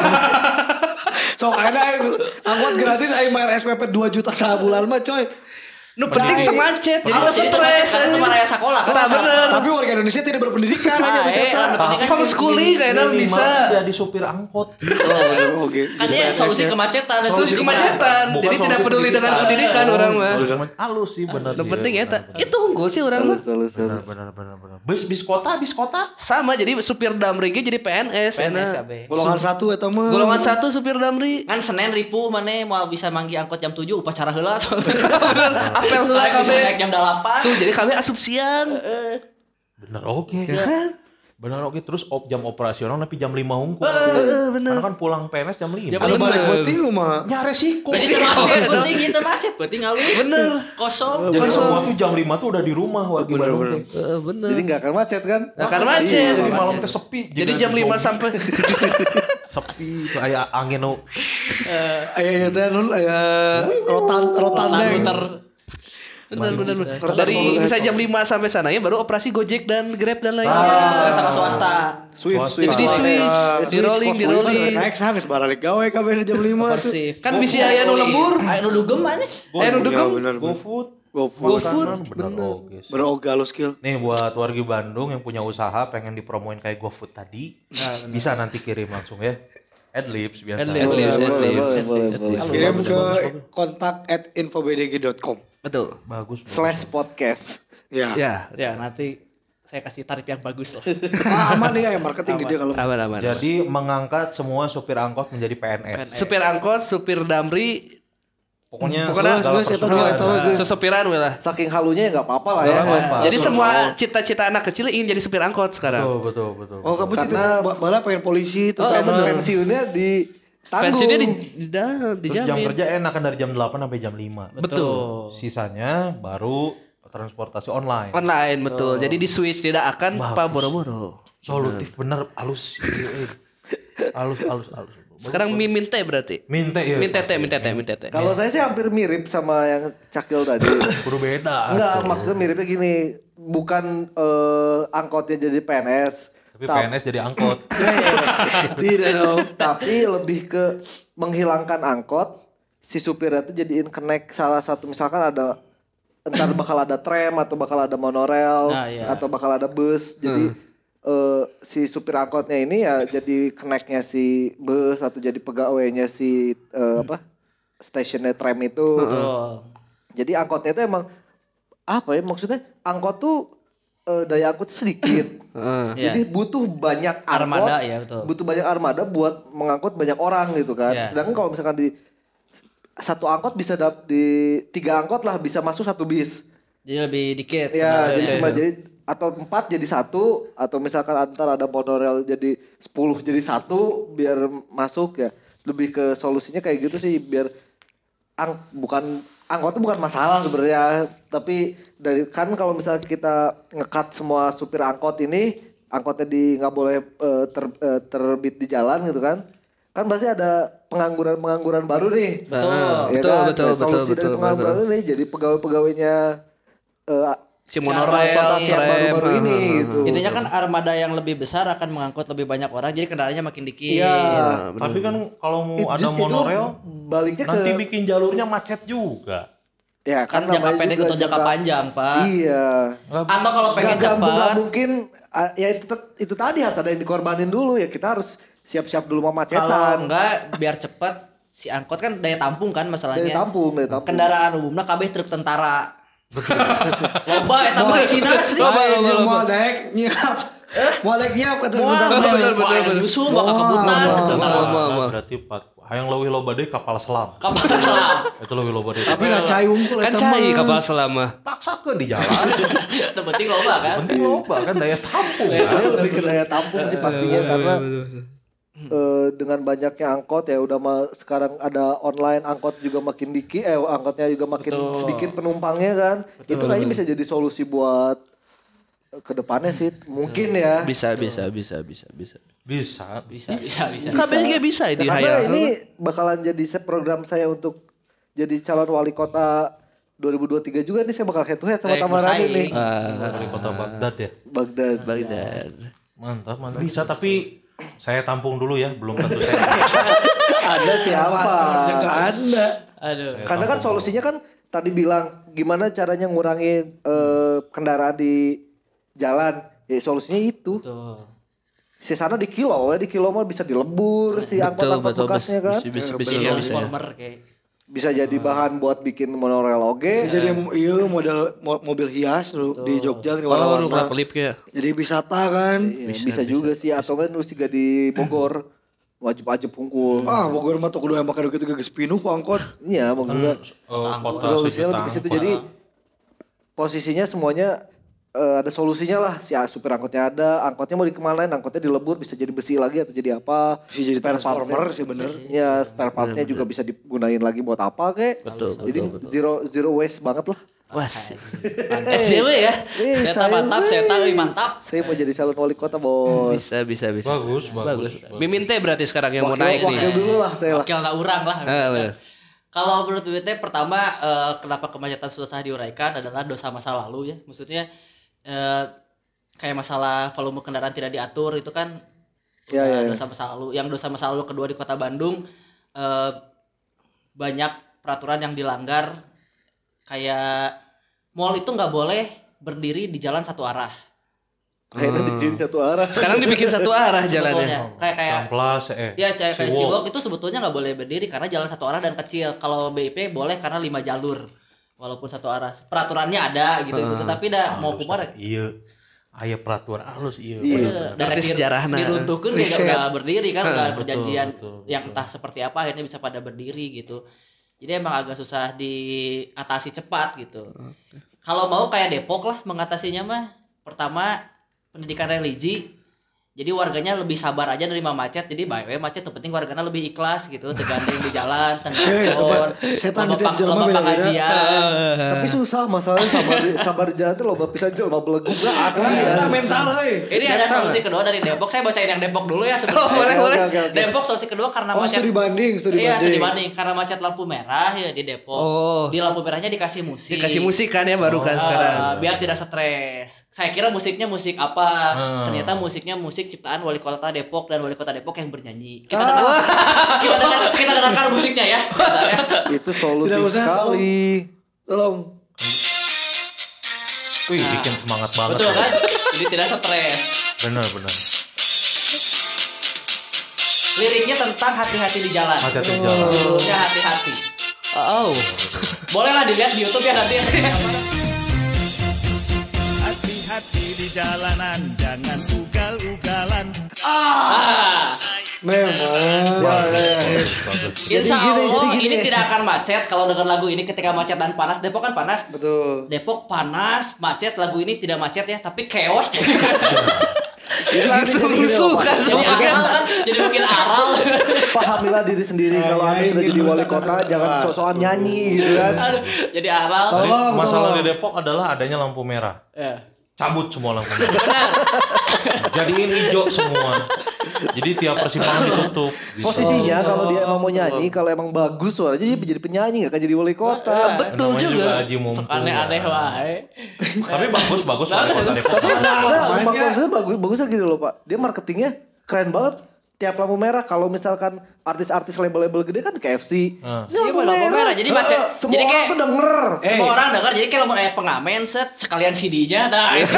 So ada angkot gratis ayo bayar S P P dua juta sebulan mah coy. Nu penting teu macet, jadi Harus teu jadi tempat stres. karena tempat raya sekolah kan Nah, bener. Tapi warga Indonesia tidak berpendidikan aja Nah, bisa eh, tak. pendidikan Tapi homeschooling kayaknya Minimal bisa. jadi supir angkot. Oh, bener, oke. kan dia solusi kemacetan itu Solusi kemacetan. Bukan Jadi tidak solusi peduli dengan pendidikan. pendidikan orang mah. Halus sih benar. Yang penting eta. Itu unggul sih orang mah. Benar benar benar benar. Bis bis kota bis kota. Sama jadi supir damri ge jadi P N S. P N S K enak. B Golongan satu eta mah. Golongan satu supir damri. kan Senin ribu mana mau bisa manggi angkot jam tujuh upacara heula Apel heula Lain bisa kabeh. naik jam delapan Tuh jadi kami asup siang. Benar oke. Ya kan? Benar oke terus op jam operasional tapi jam lima unggul. Heeh, bener. Karena kan pulang P N S jam lima. Ada balik Bener. beuting mah. Ya resiko. Berarti macet, penting itu macet, berarti ngalih. Bener. Kosong. Jadi Kosong. semua tuh jam lima tuh udah di rumah warga Bandung teh. Heeh, bener. Jadi nggak akan macet kan? Nggak akan macet. Jadi malam teh sepi. Jadi jam lima sampai sepi tuh aya angin nu. Aya aya teh nun aya rotan rotan Rotan deng. muter. bener bener bener. Bisa. Dari bisa jam lima sampai sana ya baru operasi Gojek dan Grab dan lainnya. Ah, sama swasta. Swift, Swasta. Swift. Jadi di switch, di rolling, di rolling. Naik sang geus baralik gawe kabeh jam lima tuh. Persif. Kan bisa aya nu lembur, Aya nu dugem aja. aya nu Ya, dugem. bener. GoFood. GoFood. GoFood, Bener bener. oke. sih. Bener oga lu skill. Nih buat warga Bandung yang punya usaha pengen dipromoin kayak GoFood tadi, bisa nanti kirim langsung ya. Adlibs biasa. Adlibs. Boleh, Adlibs, boleh, adlibs. boleh, boleh, boleh. Kirim ke kontak at infobdg dot com. Betul. Bagus. bagus. Slash podcast. Ya. Ya, Ya nanti saya kasih tarif yang bagus lah. Ah, aman nih ya marketing di dia kalau. aman aman. Jadi mengangkat semua supir angkot menjadi P N S. Supir angkot, supir damri, Pokoknya Pokoknya segala gue persoalan. saya tahu gue. sesupiran we lah. Saking halunya ya nggak apa-apa lah ya. Nggak apa-apa. Jadi semua cita-cita anak kecil ingin jadi supir angkot sekarang. Betul, betul, betul. Oh, kamu Karena- itu malah pengen polisi itu Oh, pengen pensiunnya di tanggung. Pensiunnya di, di, di, Terus jam dijamin. kerja enakan dari jam delapan sampai jam lima. Betul. Sisanya baru transportasi online. Online betul. Jadi di switch tidak akan Bagus. apa boro-boro. Solutif bener halus. Eh, Halus halus halus. Sekarang mie minta berarti. Minta ya. Minta teh, minta teh, minta teh. Kalau saya sih hampir mirip sama yang Cakil tadi. Kudu beda. Enggak, atuh. maksudnya miripnya gini, bukan eh, angkotnya jadi P N S. Tapi P N S jadi angkot. Tidak dong. Tapi lebih ke menghilangkan angkot, si supirnya tuh jadiin connect salah satu, misalkan ada entar bakal ada tram atau bakal ada monorail Nah, iya. atau bakal ada bus. Jadi eh, si supir angkotnya ini ya jadi connectnya si bus atau jadi pegawainya si eh, apa stationnya tram itu. Betul. Jadi angkotnya itu emang apa ya maksudnya angkot tuh eh, daya angkut sedikit. Heeh. Iya. Jadi butuh banyak angkot, Armada ya, betul. butuh banyak armada buat mengangkut banyak orang gitu kan. Iya. Sedangkan kalau misalkan di satu angkot bisa dap, di tiga angkot lah bisa masuk satu bis. Jadi lebih dikit. Ya, Nah, jadi iya, cuma iya. jadi atau empat jadi satu atau misalkan antar ada monorail jadi sepuluh jadi satu biar masuk ya. Lebih ke solusinya kayak gitu sih biar ang bukan angkot itu bukan masalah sebenarnya, tapi dari kan kalau misalnya kita ngekat semua supir angkot ini angkotnya di nggak boleh eh, ter, eh, terbit di jalan gitu kan, kan pasti ada pengangguran pengangguran baru nih. Betul. Ya Betul, kan? betul, Nah, solusi betul, dari betul, pengangguran betul. ini jadi pegawai-pegawainya eh, Si monorail, transportasi yang tram, baru-baru ini heeh, gitu. Intinya kan armada yang lebih besar akan mengangkut lebih banyak orang, jadi kendaraannya makin dikit. Iya. Tapi kan kalau mau It- ada itu monorail baliknya ke nanti bikin jalurnya macet juga. ya Kan kan jangka namanya pendek juga atau jangka panjang, Pak. Iya. Atau kalau pengen Gak, gak, cepat, gak mungkin ah, ya itu itu tadi harus ada yang dikorbanin dulu ya, kita harus siap-siap dulu sama kalau macetan. enggak biar cepat si angkot kan daya tampung kan masalahnya. Dari tampung, dari tampung. Kendaraan umumnya kabeh truk tentara. Loba eta mah isina asli. Loba, Lain loba, yang loba. mau dek nyiap. Mau dek nyiap kata Wah, bentar. bener, bener, wah, bener. Dusun bakal kebutan Wah, gitu. wah, Nah, wah. Nah, berarti Pak hayang leuwih loba deui kapal selam. kapal selam. Itu leuwih loba deui. Tapi nah cai unggul Kan eta cai mah. kapal selama. Paksakeun di jalan. Yang penting loba kan. Penting loba kan daya tampung. Dia Kan? lebih ke daya tampung sih pastinya karena eh, dengan banyaknya angkot ya udah mah sekarang ada online angkot juga makin dikit eh angkotnya juga makin Betul. sedikit penumpangnya kan. Itu kayaknya bisa jadi solusi buat eh, ke depannya sih mungkin ya. Bisa, bisa, bisa, bisa, bisa. Bisa. Bisa, bisa, bisa. K B juga bisa Ya, di karena hayal. ini bakalan jadi se- program saya untuk jadi calon wali kota dua ribu dua puluh tiga juga nih, saya bakal head to head sama Saya Tamarani bersaing. nih. Wali kota Baghdad ya. Baghdad. Baghdad. Mantap, mantap. Bisa tapi saya tampung dulu ya, belum tentu saya. Ada siapa? Masnya ke Anda. Aduh. Karena kan solusinya kan tadi bilang gimana caranya ngurangin eh, kendaraan di jalan. Ya solusinya itu. Tuh. Si sana di kilo ya, di kilo mah bisa dilebur si angkot-angkot bekasnya kan. Bisa, bisa, bisa, Bisa bisa, bisa. transformer kayak. Bisa jadi bahan buat bikin monorail oge. Jadi iya model mo- mobil hias lu di Jogja nih Oh, lu warna-warna. kelap kelip ya. Jadi wisata kan. Iya, bisa, juga sih atau kan terus juga di Bogor wajib-wajib hungkul. Ah, Bogor mah tuh kudu yang pakai gitu geus pinuh ku angkot. Iya, maksudnya Eh, kota solusinya lebih ke situ. Sekitang. Jadi posisinya semuanya eh, ada solusinya lah. Si supir angkotnya ada, angkotnya mau dikemanain, angkotnya dilebur bisa jadi besi lagi atau jadi apa? Bisa jadi Spare transformer partnya- sih bener. Ya spare partnya juga bisa digunain lagi buat apa kek. Betul, Jadi zero zero waste banget lah. Wah, S J W ya. Eh, Saya mantap, sih- saya tahu mantap. Saya mau jadi calon wali kota bos. Bisa, bisa, bisa. Bagus, bagus. bagus. Mimin teh berarti sekarang yang mau Wakil, naik nih. wakil dulu lah saya lah. Wakil na urang lah. Ah, bener. Kalau menurut B B T pertama eh, kenapa kemacetan susah diuraikan adalah dosa masa lalu ya. Maksudnya eh, kayak masalah volume kendaraan tidak diatur itu kan Ya, udah ya, ya. dosa masa lalu. Yang dosa masa lalu kedua di Kota Bandung eh, banyak peraturan yang dilanggar, kayak mall itu nggak boleh berdiri di jalan satu arah. Akhirnya Hmm. dijadiin satu arah. Sekarang dibikin satu arah jalannya. Sebetulnya. Kayak kayak Samplas eh. ya kayak kayak Ciwok. Ciwok itu sebetulnya nggak boleh berdiri karena jalan satu arah dan kecil. Kalau B I P boleh karena lima jalur. Walaupun satu arah. Peraturannya ada gitu itu tetapi dah mau kumar Iya. Aya peraturan halus iya. Iya. dari Ngerti sejarahna. diruntuhkan dia Riset. nggak berdiri kan udah Betul, perjanjian betul, yang betul. entah seperti apa akhirnya bisa pada berdiri gitu. Jadi emang agak susah diatasi cepat gitu. Kalau mau kayak Depok lah mengatasinya mah pertama pendidikan religi. Jadi warganya lebih sabar aja dari macet. Jadi bae we macet yang penting warganya lebih ikhlas gitu, tegandeng di jalan, Saya tengah tempat setan loba di pang- jelema loba beda-beda. pengajian. Tapi susah masalahnya sabar sabar jalan tuh loba pisan jelema beleguk lah asli. Kita ya. mental heuy. Ini ada solusi kedua dari Depok. Saya bacain yang Depok dulu ya sebelum Oh, saya- boleh, boleh. Oke, oke, oke. Depok solusi kedua karena Oh, macet. studi banding, studi Iya, banding. studi banding karena macet lampu merah ya di Depok. Oh. Di lampu merahnya dikasih musik. Dikasih musik kan ya baru kan Ah, sekarang. biar tidak stres. Saya kira musiknya musik apa? Hmm. Ternyata musiknya musik ciptaan wali kota Depok dan wali kota Depok yang bernyanyi. Kita Ah. dengar, kita dengar, kita dengarkan musiknya ya. Sebentar ya. Itu solutif Tidak usah, sekali. Tolong. Wih, Nah. bikin semangat banget. Betul kan? Jadi tidak stres. Bener bener. Liriknya tentang hati-hati di jalan. Hati-hati di jalan. Judulnya hati-hati. Oh. Bolehlah dilihat di YouTube ya nanti. Hati-hati di jalanan, jangan ugal-ugalan. Ah. Memang. Bagus, bagus. Insya Jadi gini, Allah jadi gini. ini tidak akan macet kalau dengar lagu ini ketika macet dan panas. Depok kan panas. Betul. Depok panas, macet. Lagu ini tidak macet ya, tapi chaos. Jadi Langsung gini, jadi gini rusuh loh, Pak. kan jadi semua kan. aral kan, jadi mungkin aral. Pahamilah diri sendiri Eh, kalau ya, Anda sudah ingin jadi wali meletakkan kota sesuatu. jangan sok-sokan nyanyi gitu kan. Aduh, jadi aral. Tolong. Jadi masalah tolong. di Depok adalah adanya lampu merah. Ya. Cabut semua lampu merah. Benar. Jadiin hijau semua. Jadi tiap persimpangan ditutup. Gitu. Posisinya kalau dia emang mau nyanyi, kalau emang bagus suaranya dia jadi penyanyi nggak akan jadi wali kota. Betul Namanya juga. Haji Mumpung. Aneh-aneh kan. wae. Tapi bagus bagus wali Bagus, kota bagus. Depok. Tapi ada namanya. maksudnya bagus bagusnya gini loh Pak. Dia marketingnya keren banget. Tiap lampu merah kalau misalkan artis-artis label-label gede kan K F C. Hmm. Ini Iya, lampu merah. Jadi macet. Eh, semua Jadi orang kayak- tuh denger. Semua Eh. orang dengar jadi kalau mau eh pengamen set sekalian C D-nya dah. Iya.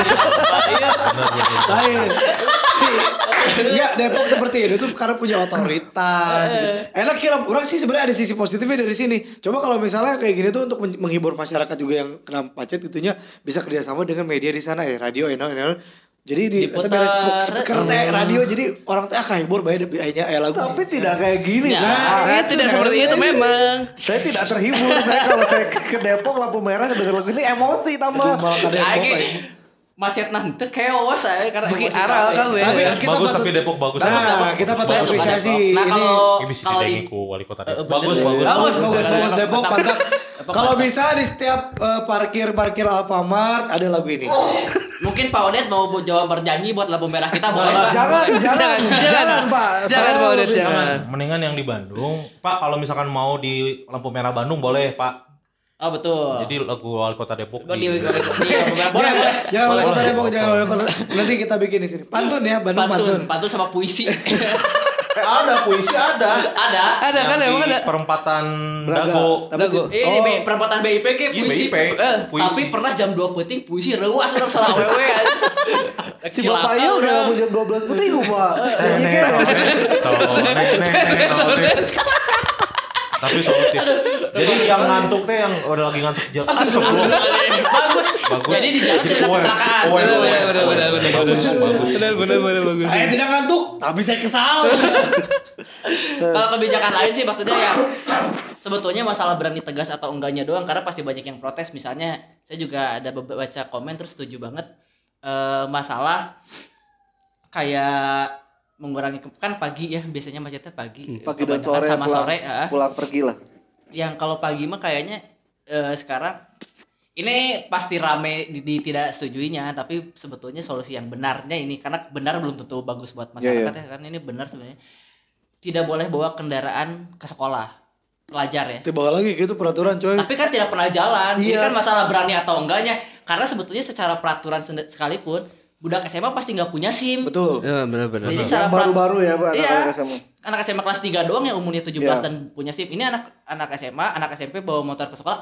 Lain. Si enggak Depok seperti itu tuh karena punya otoritas. gitu. Enak kira orang sih sebenarnya ada sisi positifnya dari sini. Coba kalau misalnya kayak gini tuh untuk men- menghibur masyarakat juga yang kena macet itunya bisa kerjasama dengan media di sana ya radio enak enak. Jadi di Diputar. itu beres speaker teh radio jadi orang teh ah hibur bae deh aya aya lagu. Tapi tidak kayak gini. Ya. Nah, Nah, itu tidak saya seperti lihat. itu memang. saya tidak terhibur. Saya kalau saya ke ke Depok lampu merah denger lagu ini emosi tambah. Aduh, malah kada Saya Depok, ge aing. macet nanti chaos saya karena Bikin emosi aral kabeh. kan, we. Tapi Bagus, kita bagus patut- tapi Depok bagus. Nah, Depok. kita patut Saya suka apresiasi Depok. Nah, ini. kalau Ini bisa kalau di didengi ku wali kota Eh, Depok. bener. Bagus bagus. Bagus, Bagus, bagus, bagus bagus. Depok Mantap. mantap. Depok Kalau mantap. bisa di setiap eh, parkir parkir Alfamart ada lagu ini. mungkin Pak Odet mau jawab bernyanyi buat lampu merah kita boleh Pak. Jangan, jangan, jangan, Pak. Jangan, Saya Pak Odet, lebih- jangan. Mendingan yang di Bandung. Pak kalau misalkan mau di lampu merah Bandung boleh Pak. Oh betul. Jadi lagu wali kota Depok Oh, di, di. di, di, lampu merah. boleh boleh. Jangan Boleh, wali kota boleh. Depok, jangan wali kota. Nanti kita bikin di sini. Pantun ya, Bandung Pantun, pantun. pantun sama puisi. Ada puisi ada. Ada. Ada kan Yang emang di ada. perempatan Braga. Dago. Tapi Dago. di- Ini Oh. B- perempatan B I P ke Iya, puisi. B I P, Eh, puisi. Tapi pernah jam dua peting puisi reuas orang salah wewe. si Bapak iya udah mau jam dua belas putih Pak. Nyanyi kan dong. Tapi solutif. Jadi yang ngantuk teh yang udah lagi ngantuk jalan. Bagus. Bagus. Jadi di jalan tidak aware. kecelakaan. Aware, Benar, aware, benar, aware. benar, benar, Bagus, benar. bagus. Benar, benar, benar, bagus. Saya tidak ngantuk, tapi saya kesal. Kalau kebijakan lain sih maksudnya ya sebetulnya masalah berani tegas atau enggaknya doang karena pasti banyak yang protes. Misalnya saya juga ada be- baca komen terus setuju banget eh, masalah kayak mengurangi ke- kan pagi ya biasanya macetnya pagi Pagi dan kebanyakan sore sama pulang, sore ah. pulang pergi lah. Yang kalau pagi mah kayaknya eh, sekarang ini pasti rame di, di tidak setujuinya tapi sebetulnya solusi yang benarnya ini karena benar belum tentu bagus buat masyarakat Iya, ya kan ini benar sebenarnya tidak boleh bawa kendaraan ke sekolah pelajar ya Tiba lagi gitu peraturan coy. tapi kan tidak pernah jalan ini Iya. kan masalah berani atau enggaknya karena sebetulnya secara peraturan sende- sekalipun budak S M A pasti nggak punya SIM Betul. Ya, benar, benar. jadi Yang secara perat- baru-baru ya Pak Iya. anak-anak S M A. anak S M A kelas tiga doang yang umurnya tujuh belas Iya. dan punya SIM. Ini anak anak S M A, anak S M P bawa motor ke sekolah.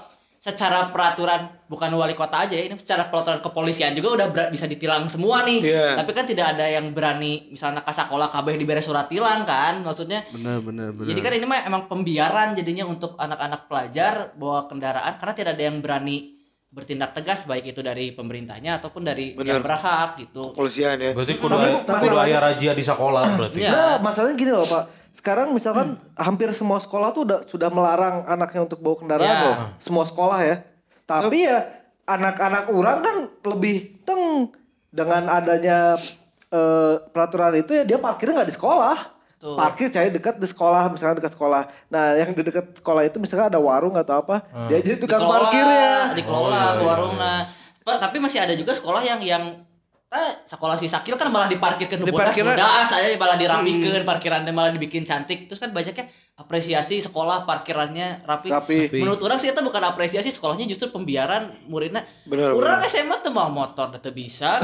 secara peraturan bukan wali kota aja ya, ini secara peraturan kepolisian juga udah ber- bisa ditilang semua nih. Iya. Tapi kan tidak ada yang berani misalnya ke sekolah kabeh diberi surat tilang kan, maksudnya. Benar benar benar. Jadi kan ini mah emang pembiaran jadinya untuk anak-anak pelajar bawa kendaraan karena tidak ada yang berani bertindak tegas baik itu dari pemerintahnya ataupun dari Bener. yang berhak gitu. Kepolisian ya. Berarti kudu Tapi- aya- tapi- kudu aya razia di sekolah berarti. Iya. Enggak, masalahnya gini loh Pak. Sekarang misalkan hampir semua sekolah tuh udah sudah melarang anaknya untuk bawa kendaraan Ya. loh. Semua sekolah ya. Tapi ya anak-anak orang kan lebih teng dengan adanya eh, peraturan itu ya dia parkirnya nggak di sekolah. Betul. Parkir cari dekat di sekolah, misalnya dekat sekolah. Nah, yang di dekat sekolah itu misalnya ada warung atau apa, dia jadi tukang Dikelola, parkirnya. dikelola Oh, iya, iya, warungna. Pak, tapi masih ada juga sekolah yang yang eh, sekolah si Sakil kan malah diparkirkan Di bodas parkiran- bodas saya malah dirapihkeun parkirannya malah dibikin cantik. Terus kan banyaknya apresiasi sekolah parkirannya rapi. Rapi. Menurut orang sih itu bukan apresiasi, sekolahnya justru pembiaran muridnya. Bener, Urang bener. S M A teu mau motor teu bisa.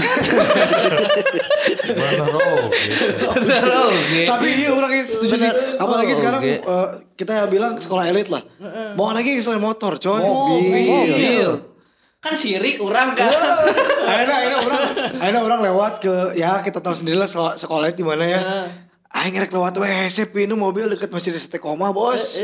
Bener oh, gitu. Benar oke. Tapi iya orang setuju sih. Apalagi Oh, sekarang oke. eh, kita bilang sekolah elit lah. Mau lagi selain motor, coy. Mobil. Kan sirik urang kan. Akhirnya akhirnya orang akhirnya orang lewat ke ya kita tahu sendiri lah sekolah, sekolah di mana ya. Aing ngerek lewat W C pinu mobil deket Masjid Istiqomah, Bos.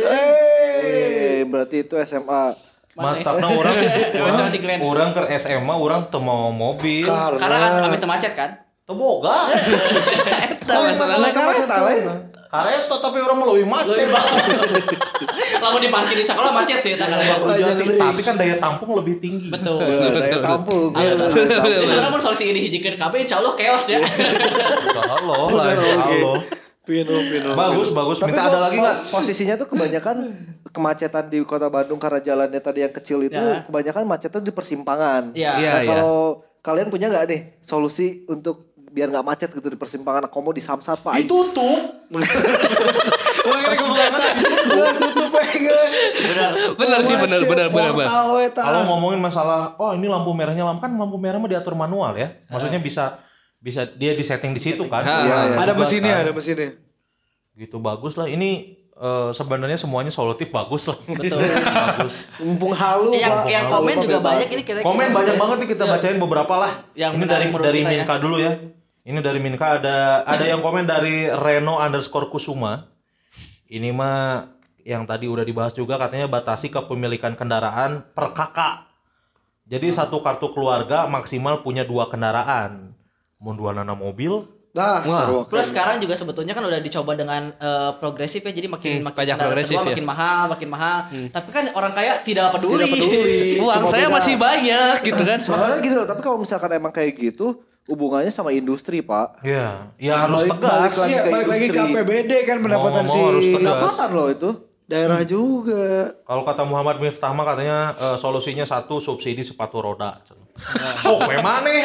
Eh. Eh, berarti itu S M A. Mantapna orang orang, Masih Glenn. orang ke S M A orang teu mau mobil. Karena, Karena kan kami teu macet kan. Teu boga. Oh, masalah kereta lain. Kareta tapi orang mau lebih macet. Lamun diparkir di sekolah macet sih tanggal Tapi kan daya tampung lebih tinggi. Betul. Ya, daya tampung. Iya, Ya, betul. daya tampung. Jadi sebenarnya mun solusi ini hijikeun kabeh insyaallah chaos ya. Halo, Bener, oke. halo. Pino, pino. Bagus, bagus. Tapi Minta po- ada lagi po- nggak? Posisinya tuh kebanyakan kemacetan di Kota Bandung karena jalannya tadi yang kecil itu Ya. kebanyakan macetnya di persimpangan. Iya. Iya, Nah, iya. kalau kalian punya nggak nih solusi untuk biar nggak macet gitu di persimpangan? Komo di Samsat Pak. Ditutup. Orang ngerek ngomong eta. Gua tutup pengen. Benar. Benar sih benar benar benar. benar. Portal eta. Kalau ngomongin masalah, oh ini lampu merahnya lampu kan lampu merah mah diatur manual ya. Maksudnya bisa bisa dia disetting di situ kan. Ha, Iya, Nah, iya. ada tugas mesinnya, kan. ada mesinnya. Gitu bagus lah. Ini eh, sebenarnya semuanya solutif bagus lah. Betul. Bagus. Mumpung halu yang Pak. yang Halu komen Pak juga bebas. banyak ini kita Komen banyak banget nih kita Iya. bacain beberapa lah. Yang ini menarik dari menurut dari kita ya. Minka dulu ya. Ini dari Minka ada ada yang komen dari Reno underscore Kusuma. Ini mah yang tadi udah dibahas juga katanya batasi kepemilikan kendaraan per kakak. Jadi satu kartu keluarga maksimal punya dua kendaraan. Mau dua nana mobil. Nah, Wah. taruh. Plus sekarang juga sebetulnya kan udah dicoba dengan eh, progresif ya, jadi makin Hmm, makin pajak kendaraan progresif kedua ya. makin mahal, makin mahal. Tapi kan orang kaya tidak peduli. Tidak peduli. Uang Cuma saya beda. masih banyak gitu kan. Masalahnya gini loh, tapi kalau misalkan emang kayak gitu, hubungannya sama industri Pak. Ya, ya harus Balik- tegas. balik lagi Iya, ke balik lagi ke industri. A P B D kan pendapatan Mau- si mau harus tegas. Pendapatan loh itu. daerah juga. Kalau kata Muhammad Miftah mah katanya eh, solusinya satu subsidi sepatu roda. Sok we maneh.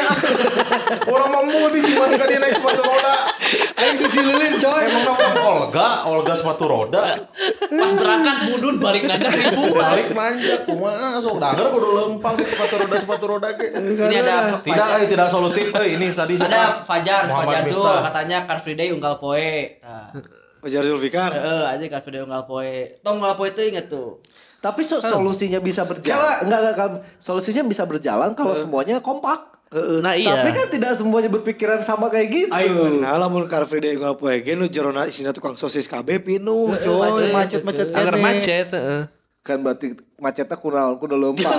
Orang mau mudik cuma enggak dia naik sepatu roda. Aing dicililin coy. Emang nama Olga, Olga sepatu roda. Pas berangkat budut balik nanya ribu. Balik manja kumaha sok danger kudu lempang di sepatu roda sepatu roda ge. Ini ada Tidak, eh, tidak solutif. Eh, ini tadi ada siapa? Fajar, Muhammad Fajar Zul Miftah. katanya Car Free Day unggal poe. Nah, Fajar Zulfikar. heeh, aja Car Free Day unggal poe. Tong unggal poe teh inget tuh. Tapi so- solusinya bisa berjalan. Enggak, enggak, kan. Solusinya bisa berjalan kalau semuanya kompak. Nah iya. Tapi kan tidak semuanya berpikiran sama kayak gitu. Aing nah lamun Car Free Day nggak poe ge nu jerona isina tukang sosis kabeh pinuh coy macet. macet-macet Agar kene. macet, heeh. Kan berarti macetnya kunaon kudu lempang.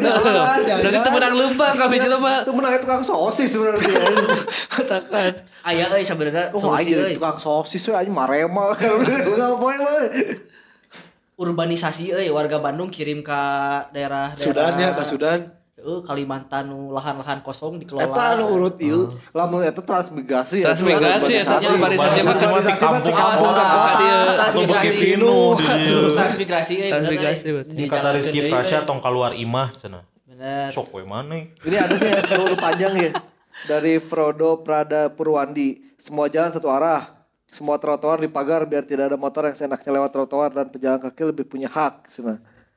Berarti teu menang lempang kabeh jelema. Itu menang tukang sosis sebenarnya. Katakan. Aya euy sebenarnya Oh, solusi aing jadi euy. tukang sosis we anjing marema kan enggak poe mah. Urbanisasi euy warga Bandung kirim ke daerah Sudan ya ke Sudan. Heeh, Kalimantan nu lahan-lahan kosong dikelola. Eta nu urut ieu. Lamun eta transmigrasi ya. itu Transmigrasi ya, urbanisasi. urbanisasi Urbanisasi masing-masing mah di kampung. kampung ke Ah, kota. Iya. transmigrasi Pinuh di dieu. Transmigrasi euy. bener, Transmigrasi, euy. betul. Ini kata Rizky Frasya tong keluar imah cenah. Bener. Sok we maneh. Ini ada nih yang panjang ya. Dari Frodo Prada Purwandi. Semua jalan satu arah. Semua trotoar dipagar biar tidak ada motor yang seenaknya lewat trotoar dan pejalan kaki lebih punya hak. Cina.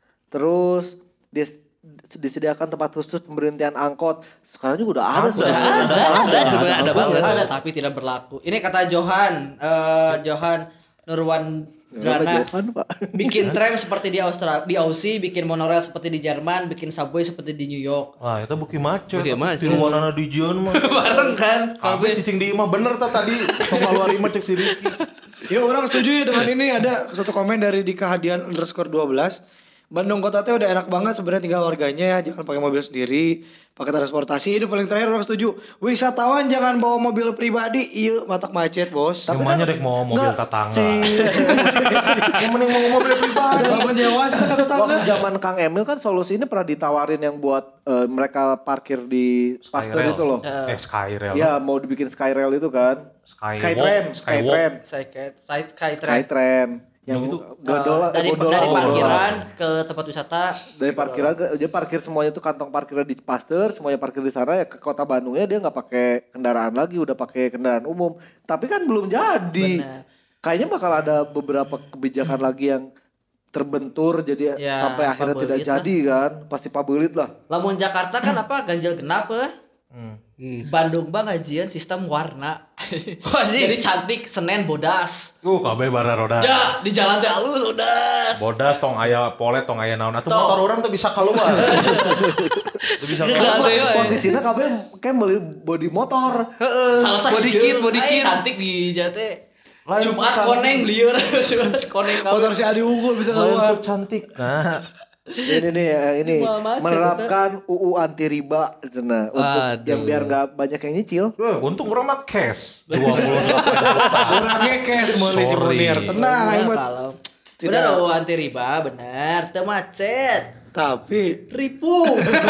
Terus dis- disediakan tempat khusus pemberhentian angkot. Sekarang juga udah ada. Sudah sebenarnya. ada, ada, sebenarnya ada angkotnya. banget. Ada tapi tidak berlaku. Ini kata Johan, eh Johan Nurwan Karena Johan, Pak. bikin tram seperti di Australia, di Aussie, bikin monorail seperti di Jerman, bikin subway seperti di New York. Wah, itu buki macet. Buki macet. Filmanana di Jion mah. Bareng kan. Kabeh cicing di imah bener ta tadi. Pengeluar imah cek si Rizky. Ya orang setuju ya dengan ini. Ada satu komen dari Dika Hadian underscore dua belas. Bandung kota teh udah enak banget sebenarnya, tinggal warganya jangan pakai mobil sendiri, pakai transportasi. Itu paling terakhir orang setuju. Wisatawan jangan bawa mobil pribadi. Iya, matak macet, Bos. Tapi kan dek mau mobil Nggak, tetangga. Si Yang mending mau mobil pribadi. Kalau nyewa kata tetangga. waktu zaman Kang Emil kan solusi ini pernah ditawarin yang buat eh, mereka parkir di Pasteur Skyrail. itu loh. Eh, Skyrail. Ya mau dibikin Skyrail itu kan. Skywalk, Skytrain, Skywalk. Skytrain, Sky Sky Tram. Skytrain. Yang Yang itu, gondola, dari gondola, dari gondola. parkiran ke tempat wisata. Dari parkiran ke, jadi parkir semuanya itu kantong parkirnya di Pasteur, semuanya parkir di sana ya ke kota Bandungnya dia nggak pakai kendaraan lagi, udah pakai kendaraan umum. Tapi kan belum jadi. Benar. Kayaknya bakal ada beberapa kebijakan lagi yang terbentur jadi Ya, sampai akhirnya tidak pabelit lah. jadi kan, pasti pabelit lah. Lamun Jakarta kan apa ganjil genap eh. Hmm. Hmm. Bandung bang ngajian sistem warna. Jadi cantik Senen bodas. Uh, kabeh bara roda. Ya di jalan teh halus bodas. Bodas tong aya polet tong aya naon atuh Tong. motor orang tuh bisa keluar. Tuh bisa keluar. Iya, iya. Posisinya kabeh kayak beli body motor. Salah satu body kit, body kit. cantik di jate. Lain Jumat cantik. koneng lieur. Jumat koneng Motor kamu. si Adi unggul bisa Lain keluar. tuh cantik. Nah, Ini nih eh, ini Jual macet, menerapkan U U anti riba nah, untuk Aduh. yang biar nggak banyak yang nyicil. eh, untung orang mah cash dua puluh delapan. Orangnya cash mau si Sorry. Munir. Tenang, Bener, aing mah. kalau Tidak. bener loh anti riba bener teu macet Tapi ribu.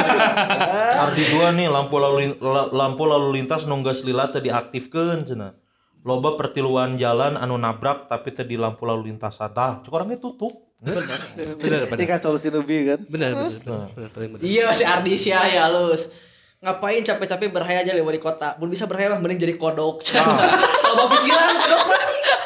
Ardi dua nih lampu lalu lin- la- lampu lalu lintas nunggas lila teu diaktifkeun cenah. Loba pertiluan jalan anu nabrak tapi teu di lampu lalu lintas tah. Cuk orangnya tutup. Bener, Ini bener. kan solusi nubi kan. Bener, bener. bener, bener, paling bener. Iya si Ardisya ya halus. Ngapain capek-capek berhaya aja lewat di kota. Mun bisa berhaya mah mending jadi kodok. Kalau mau pikiran kodok mah.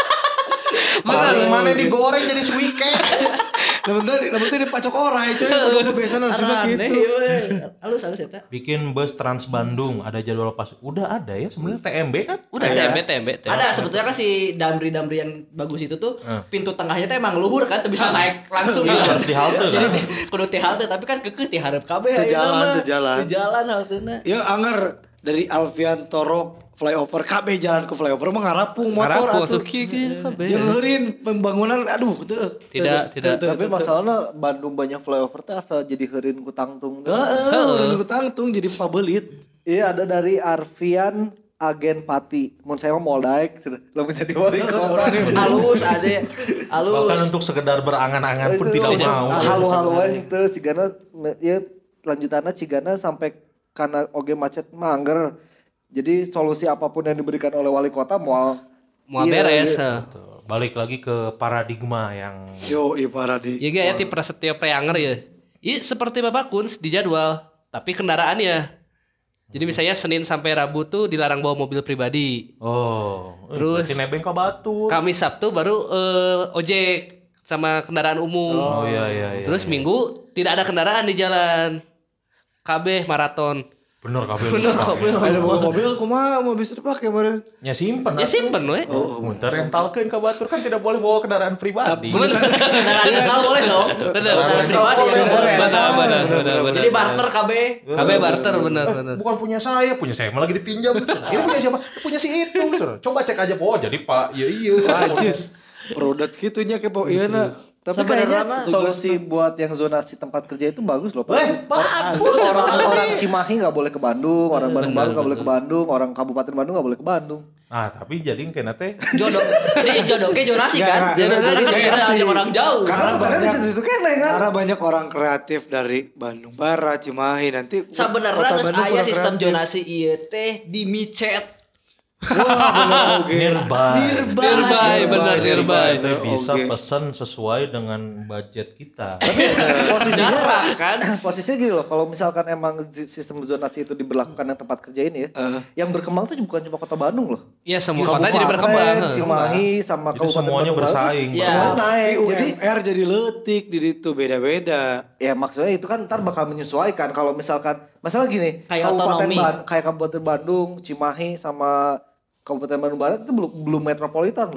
Paling mana digoreng jadi suike. namun tadi namun tadi pacok orang coy. Kalau biasa nasibnya Aneh, gitu. iya. Halus halus eta. Bikin bus Trans Bandung ada jadwal pas. Udah ada ya sebenarnya T M B kan? Udah T M B, T M B, T M B. Ada sebetulnya kan si Damri-Damri yang bagus itu tuh Eh. pintu tengahnya tuh emang luhur kan tuh bisa naik langsung Iya, harus di halte kan. Jadi kudu ti halte tapi kan kekeh ti hareup kabeh Teu ayeuna jalan, mah. teu jalan. Teu jalan halteuna. Ya anger dari Alfian Torok flyover K B jalan ke flyover mah ngarapung motor Ngarapung atuh. atuh kieu kieu kabeh. Jeureun pembangunan aduh teu. Tidak, tidak. Tapi masalahnya Bandung banyak flyover teh asal jadi heureun ku tangtung. Heeh, udah tangtung jadi pabelit. Iya ada dari Arfian Agen Pati. Mun saya mah mau naik lo menjadi wali kota. Halus aja. Halus. Bahkan untuk sekedar berangan-angan pun Itu tidak mau. Halu-halu we teu cigana ya lanjutanna cigana sampai karena oge macet mangger. Jadi solusi apapun yang diberikan oleh wali kota mau Mau iya, beres. iya. heh. Tuh, balik lagi ke paradigma yang Yo, iya parah di. Ya ya ti Prasetyo Preanger ya. Iya seperti Bapak Kuns di jadwal, tapi kendaraan ya. Jadi misalnya Senin sampai Rabu tuh dilarang bawa mobil pribadi. oh, Terus- berarti nebeng ke Batur. Kamis Sabtu baru eh, ojek sama kendaraan umum. Oh iya iya iya. Terus iya. Minggu tidak ada kendaraan di jalan. K B maraton. bener kabel. Bener kok bener. Ada bawa mobil kumaha mau bisa dipakai kemarin. Ya simpen. Ya simpen we. Oh, muter rentalkeun ke Batur kan tidak boleh bawa kendaraan pribadi. Bener. Kendaraan rental boleh dong. Bener. Kendaraan pribadi ya. Bener, bener, bener, bener, bener. Jadi barter K B. K B barter bener Eh, bener. bukan punya saya, punya saya malah lagi dipinjam. Ini punya siapa? Punya si itu. Coba cek aja, oh jadi Pak, ya iya. Ajis. Produk gitunya ke po ieu na. tapi Sebenarnya kayaknya mah solusi buat yang zonasi tempat kerja itu bagus loh. Eh, bagus. Terus orang orang Cimahi nggak boleh ke Bandung, orang Bandung Baru nggak boleh ke Bandung, orang Kabupaten Bandung nggak boleh ke Bandung. Ah, tapi jadi kena teh. Jodoh. Jadi jodoh ke zonasi kan. Nggak, Jadi nggak, kan nggak, ada orang jauh. Karena Karena hotelnya di banyak- situ-situ kene kan. Karena banyak orang kreatif dari Bandung Barat, Cimahi nanti. Sebenarnya kota geus Bandung aya kurang sistem kreatif. zonasi ieu teh di micet. Wah, bener oke. Nearby. Nearby bener nearby. Kita bisa Oke. pesan sesuai dengan budget kita. Posisinya Jarang kan. posisinya gini loh, kalau misalkan emang si- sistem zonasi itu diberlakukan yang tempat kerja ini ya, Eh. yang berkembang tuh bukan cuma kota Bandung loh. Ya semua kota jadi berkembang. Kabupaten, Cimahi sama Jadi Kabupaten semuanya Bandung Barat tuh bersaing. Ya. Semua naik. Jadi Jadi U M R jadi letik di situ beda-beda. ya maksudnya itu kan ntar bakal menyesuaikan kalau misalkan masalah gini, Kayak Kabupaten otonomi. Ban- kayak Kabupaten Bandung, Cimahi sama Kabupaten Bandung Barat itu belum belum metropolitan loh.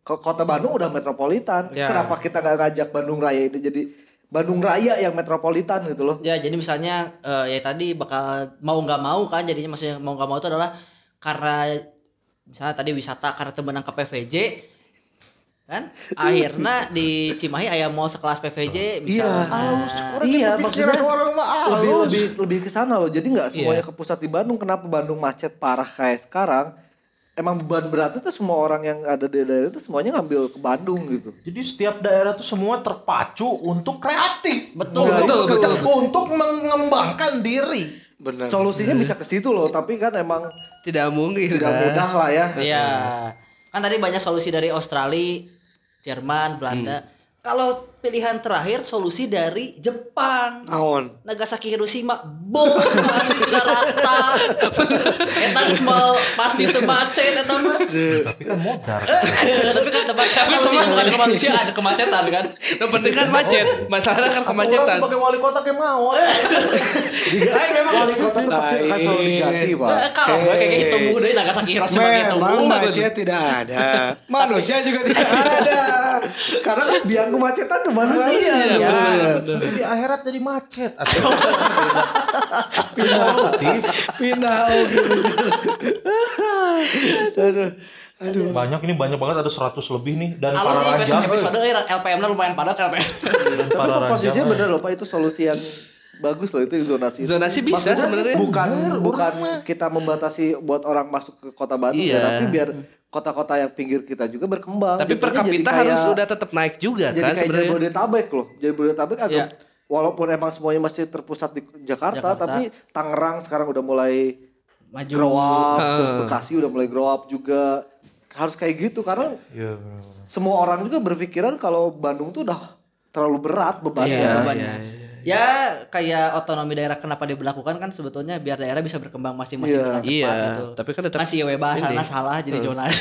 Kota Bandung udah metropolitan. Ya. Kenapa kita nggak ngajak Bandung Raya ini jadi Bandung Raya yang metropolitan gitu loh? Ya jadi misalnya eh, ya tadi bakal mau nggak mau kan jadinya maksudnya mau nggak mau itu adalah karena misalnya tadi wisata karena temenang ke P V J kan akhirnya di Cimahi aya mall sekelas P V J Iya, misalnya. iya maksudnya orang mah lebih halus. lebih lebih ke sana loh. Jadi nggak semuanya Iya. ke pusat di Bandung. Kenapa Bandung macet parah kayak sekarang? Emang beban beratnya tuh semua orang yang ada di daerah itu semuanya ngambil ke Bandung gitu. Jadi setiap daerah tuh semua terpacu untuk kreatif. Betul, Untuk betul, bekerja, betul. untuk mengembangkan diri. Benar. Solusinya bisa ke situ loh, tapi kan emang Tidak mungkin. tidak kan? mudah lah ya. Iya. Kan tadi banyak solusi dari Australia, Jerman, Belanda. Kalau pilihan terakhir solusi dari Jepang. Naon. Nagasaki Hiroshima bom mati rata. Eta geus mal pasti teu macet eta mah. Tapi kan modar. Tapi kan tempat Tapi solusi bukan bukan kemanusiaan, kemacetan kan. Yang penting kan macet. Masalahnya kan Orang kemacetan. sebagai wali kota kayak mau. Diganti memang wali kota tuh pasti akan selalu diganti, Pak. Eh, kalau gue kayak gitu mudah Nagasaki Hiroshima gitu. Memang macet tidak ada. Manusia juga tidak ada. Karena kan biang kemacetan tuh manusia. Iya, sebenarnya. Tapi di akhirat jadi macet. Atau Pindah. Pindah oh gitu. Aduh. Aduh. Banyak ini banyak banget ada seratus lebih nih dan Halus para nih raja. episode euy L P M-nya lumayan padat L P M. Tapi Para raja posisinya mah. bener loh Pak, itu solusi yang bagus loh, itu zonasi. itu. Zonasi bisa Maksudnya sebenarnya. Bukan bukan kita membatasi buat orang masuk ke kota Bandung Iya. ya, tapi biar kota-kota yang pinggir kita juga berkembang. Tapi per Jatuhnya jadi kapita kayak- harus udah tetap naik juga jadi kan kayak sebenarnya. Jabodetabek loh. Jabodetabek agak Iya. walaupun emang semuanya masih terpusat di Jakarta, Jakarta. tapi Tangerang sekarang udah mulai Maju. grow up, Ah. terus Bekasi udah mulai grow up juga. Harus kayak gitu karena Iya, benar-benar. semua orang juga berpikiran kalau Bandung tuh udah terlalu berat bebannya. Iya, Iya, bebannya. iya, Ya kayak otonomi daerah kenapa diberlakukan kan sebetulnya biar daerah bisa berkembang masing-masing Iya. dengan cepat Iya, gitu. tapi kan tetap Kan si Wewe bahasana ini. salah jadi zonasi.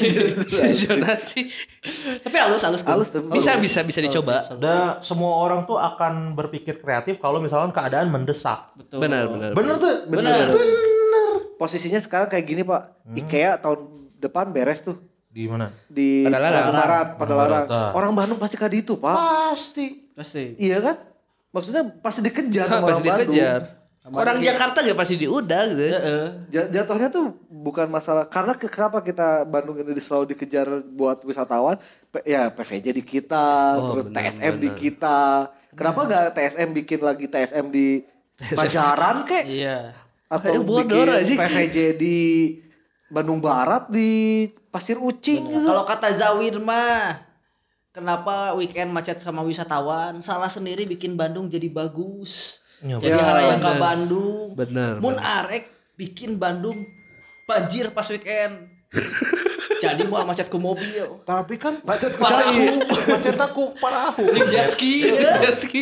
zonasi. Tapi halus halus. Gun. Halus tuh. Bisa bisa bisa dicoba. Da, semua orang tuh akan berpikir kreatif kalau misalkan keadaan mendesak. Betul. Benar benar. Bener tuh? Benar. Posisinya sekarang kayak gini Pak, IKEA tahun depan beres tuh Di mana? di Padalarang. Bandung Barat, Padalarang. Barat, ah. Orang Bandung pasti kadi itu Pak. Pasti. Pasti. Iya kan? Maksudnya pasti dikejar sama Pasti orang Bandung. dikejar. Sama Orang dia. Jakarta gak pasti diudah gitu. Heeh. Ja- Jatuhnya tuh bukan masalah karena ke- kenapa kita Bandung ini selalu dikejar buat wisatawan, P- ya P V J di kita, Oh, terus benar, T S M di benar. kita. Kenapa nggak T S M bikin lagi T S M di Pajaran kek? Iya. Atau Eh, bodor aja. bikin P V J di Bandung Barat di Pasir Ucing gitu. Kalau kata Zawir mah kenapa weekend macet sama wisatawan? Salah sendiri bikin Bandung jadi bagus. Ya, Jadi Ya, harayang ke benar. Bandung. Benar. Mun arek bikin Bandung banjir pas weekend. Jadi mau macet ke mobil. Tapi kan Macet ku Parahu. cai. macet aku parahu. Ning jet ski. Jet ski.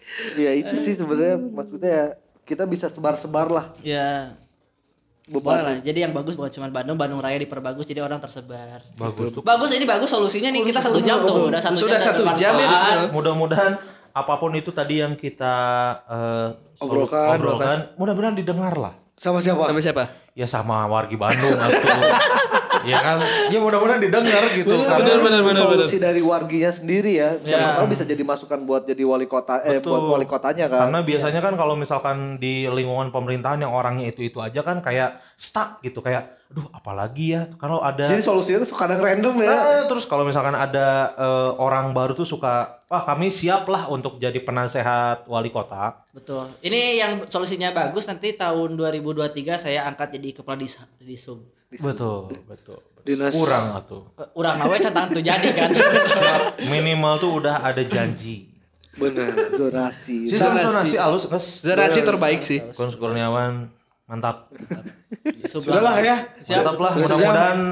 Ya itu sih sebenarnya maksudnya ya, kita bisa sebar-sebar lah Ya. Boleh lah. beban. Jadi yang bagus bukan cuma Bandung, Bandung Raya diperbagus jadi orang tersebar. Bagus tuh. Bagus ini bagus solusinya nih kita satu jam tuh udah satu Sudah jam. satu dan jam ya. bermanfaat. Mudah-mudahan apapun itu tadi yang kita eh, solu- Obrolkan. obrolkan, mudah-mudahan didengar lah. Sama siapa? Sama siapa? Ya sama wargi Bandung atau ya kan, ya mudah-mudahan didengar gitu. Bener, Karena bener, bener, solusi dari warginya sendiri ya. Siapa Ya. tahu bisa jadi masukan buat jadi wali kota eh Betul. buat wali kotanya kan. Karena biasanya kan kalau misalkan di lingkungan pemerintahan yang orangnya itu-itu aja kan kayak stuck gitu, kayak aduh apalagi ya kalau ada Jadi solusinya tuh kadang random ya. Eh, terus kalau misalkan ada eh, orang baru tuh suka, wah kami siap lah untuk jadi penasehat wali kota. Betul. Ini yang solusinya bagus nanti tahun dua ribu dua puluh tiga saya angkat jadi kepala dis disub. Betul, betul. Dinas. Kurang atuh. Eh, Urang nawe centang tuh jadi kan. Minimal tuh udah ada janji. Benar. Zonasi. Sistem Zonasi. zonasi alus, guys. Zonasi terbaik sih. Kons Kurniawan, mantap. Disub Sudah lah ya. Siap. Mantap lah, mudah-mudahan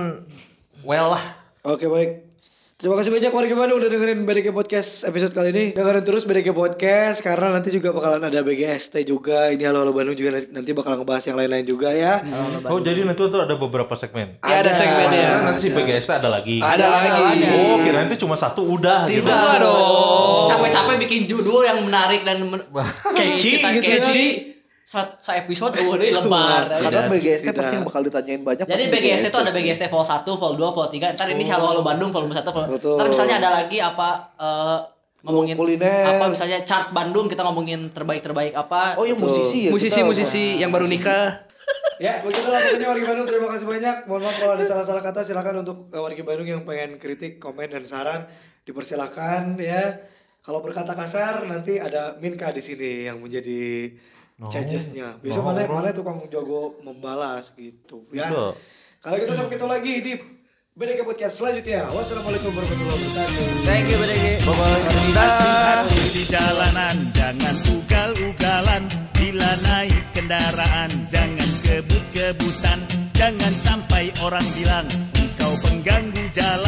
well lah. Oke baik. Terima kasih banyak warga Bandung udah dengerin B D G Podcast episode kali ini. Dengerin terus B D G Podcast karena nanti juga bakalan ada B G S T juga. Ini Halo Halo Bandung juga nanti bakalan ngebahas yang lain-lain juga ya. Oh jadi nanti tuh ada beberapa segmen. Ya ada segmennya. Maksudnya nanti si B G S ada lagi. Ada lagi. Oh kira nanti cuma satu udah gitu. Tidak dong. Capek-capek bikin judul yang menarik dan men- Catchy Cita gitu ya. catchy. Sa, sa episode oh deui lebar. Karena B G S T Tidak. pasti yang bakal ditanyain banyak. Jadi pasti B G S T itu ada B G S T vol satu, vol dua, vol tiga. Ntar ini Halo Halo Bandung volume satu. Betul. Ntar misalnya ada lagi apa eh, ngomongin Kuliner. apa misalnya chart Bandung kita ngomongin terbaik-terbaik apa. Oh yang musisi ya. Musisi-musisi yang baru nikah. Ya, begitulah pokoknya wargi Bandung. Terima kasih banyak. Mohon maaf kalau ada salah-salah kata. Silakan untuk uh, wargi Bandung yang pengen kritik, komen dan saran dipersilakan ya. Kalau berkata kasar nanti ada Minka di sini yang menjadi judges-nya. Bisa No, mana bro. mana tukang jago membalas gitu ya. Betul. Kalau gitu sampai ketemu lagi di B D G Podcast selanjutnya. Wassalamualaikum warahmatullahi wabarakatuh. Thank you B D G. Bye bye. Hati-hati di jalanan, jangan ugal-ugalan. Bila naik kendaraan, jangan kebut-kebutan. Jangan sampai orang bilang engkau pengganggu jalan.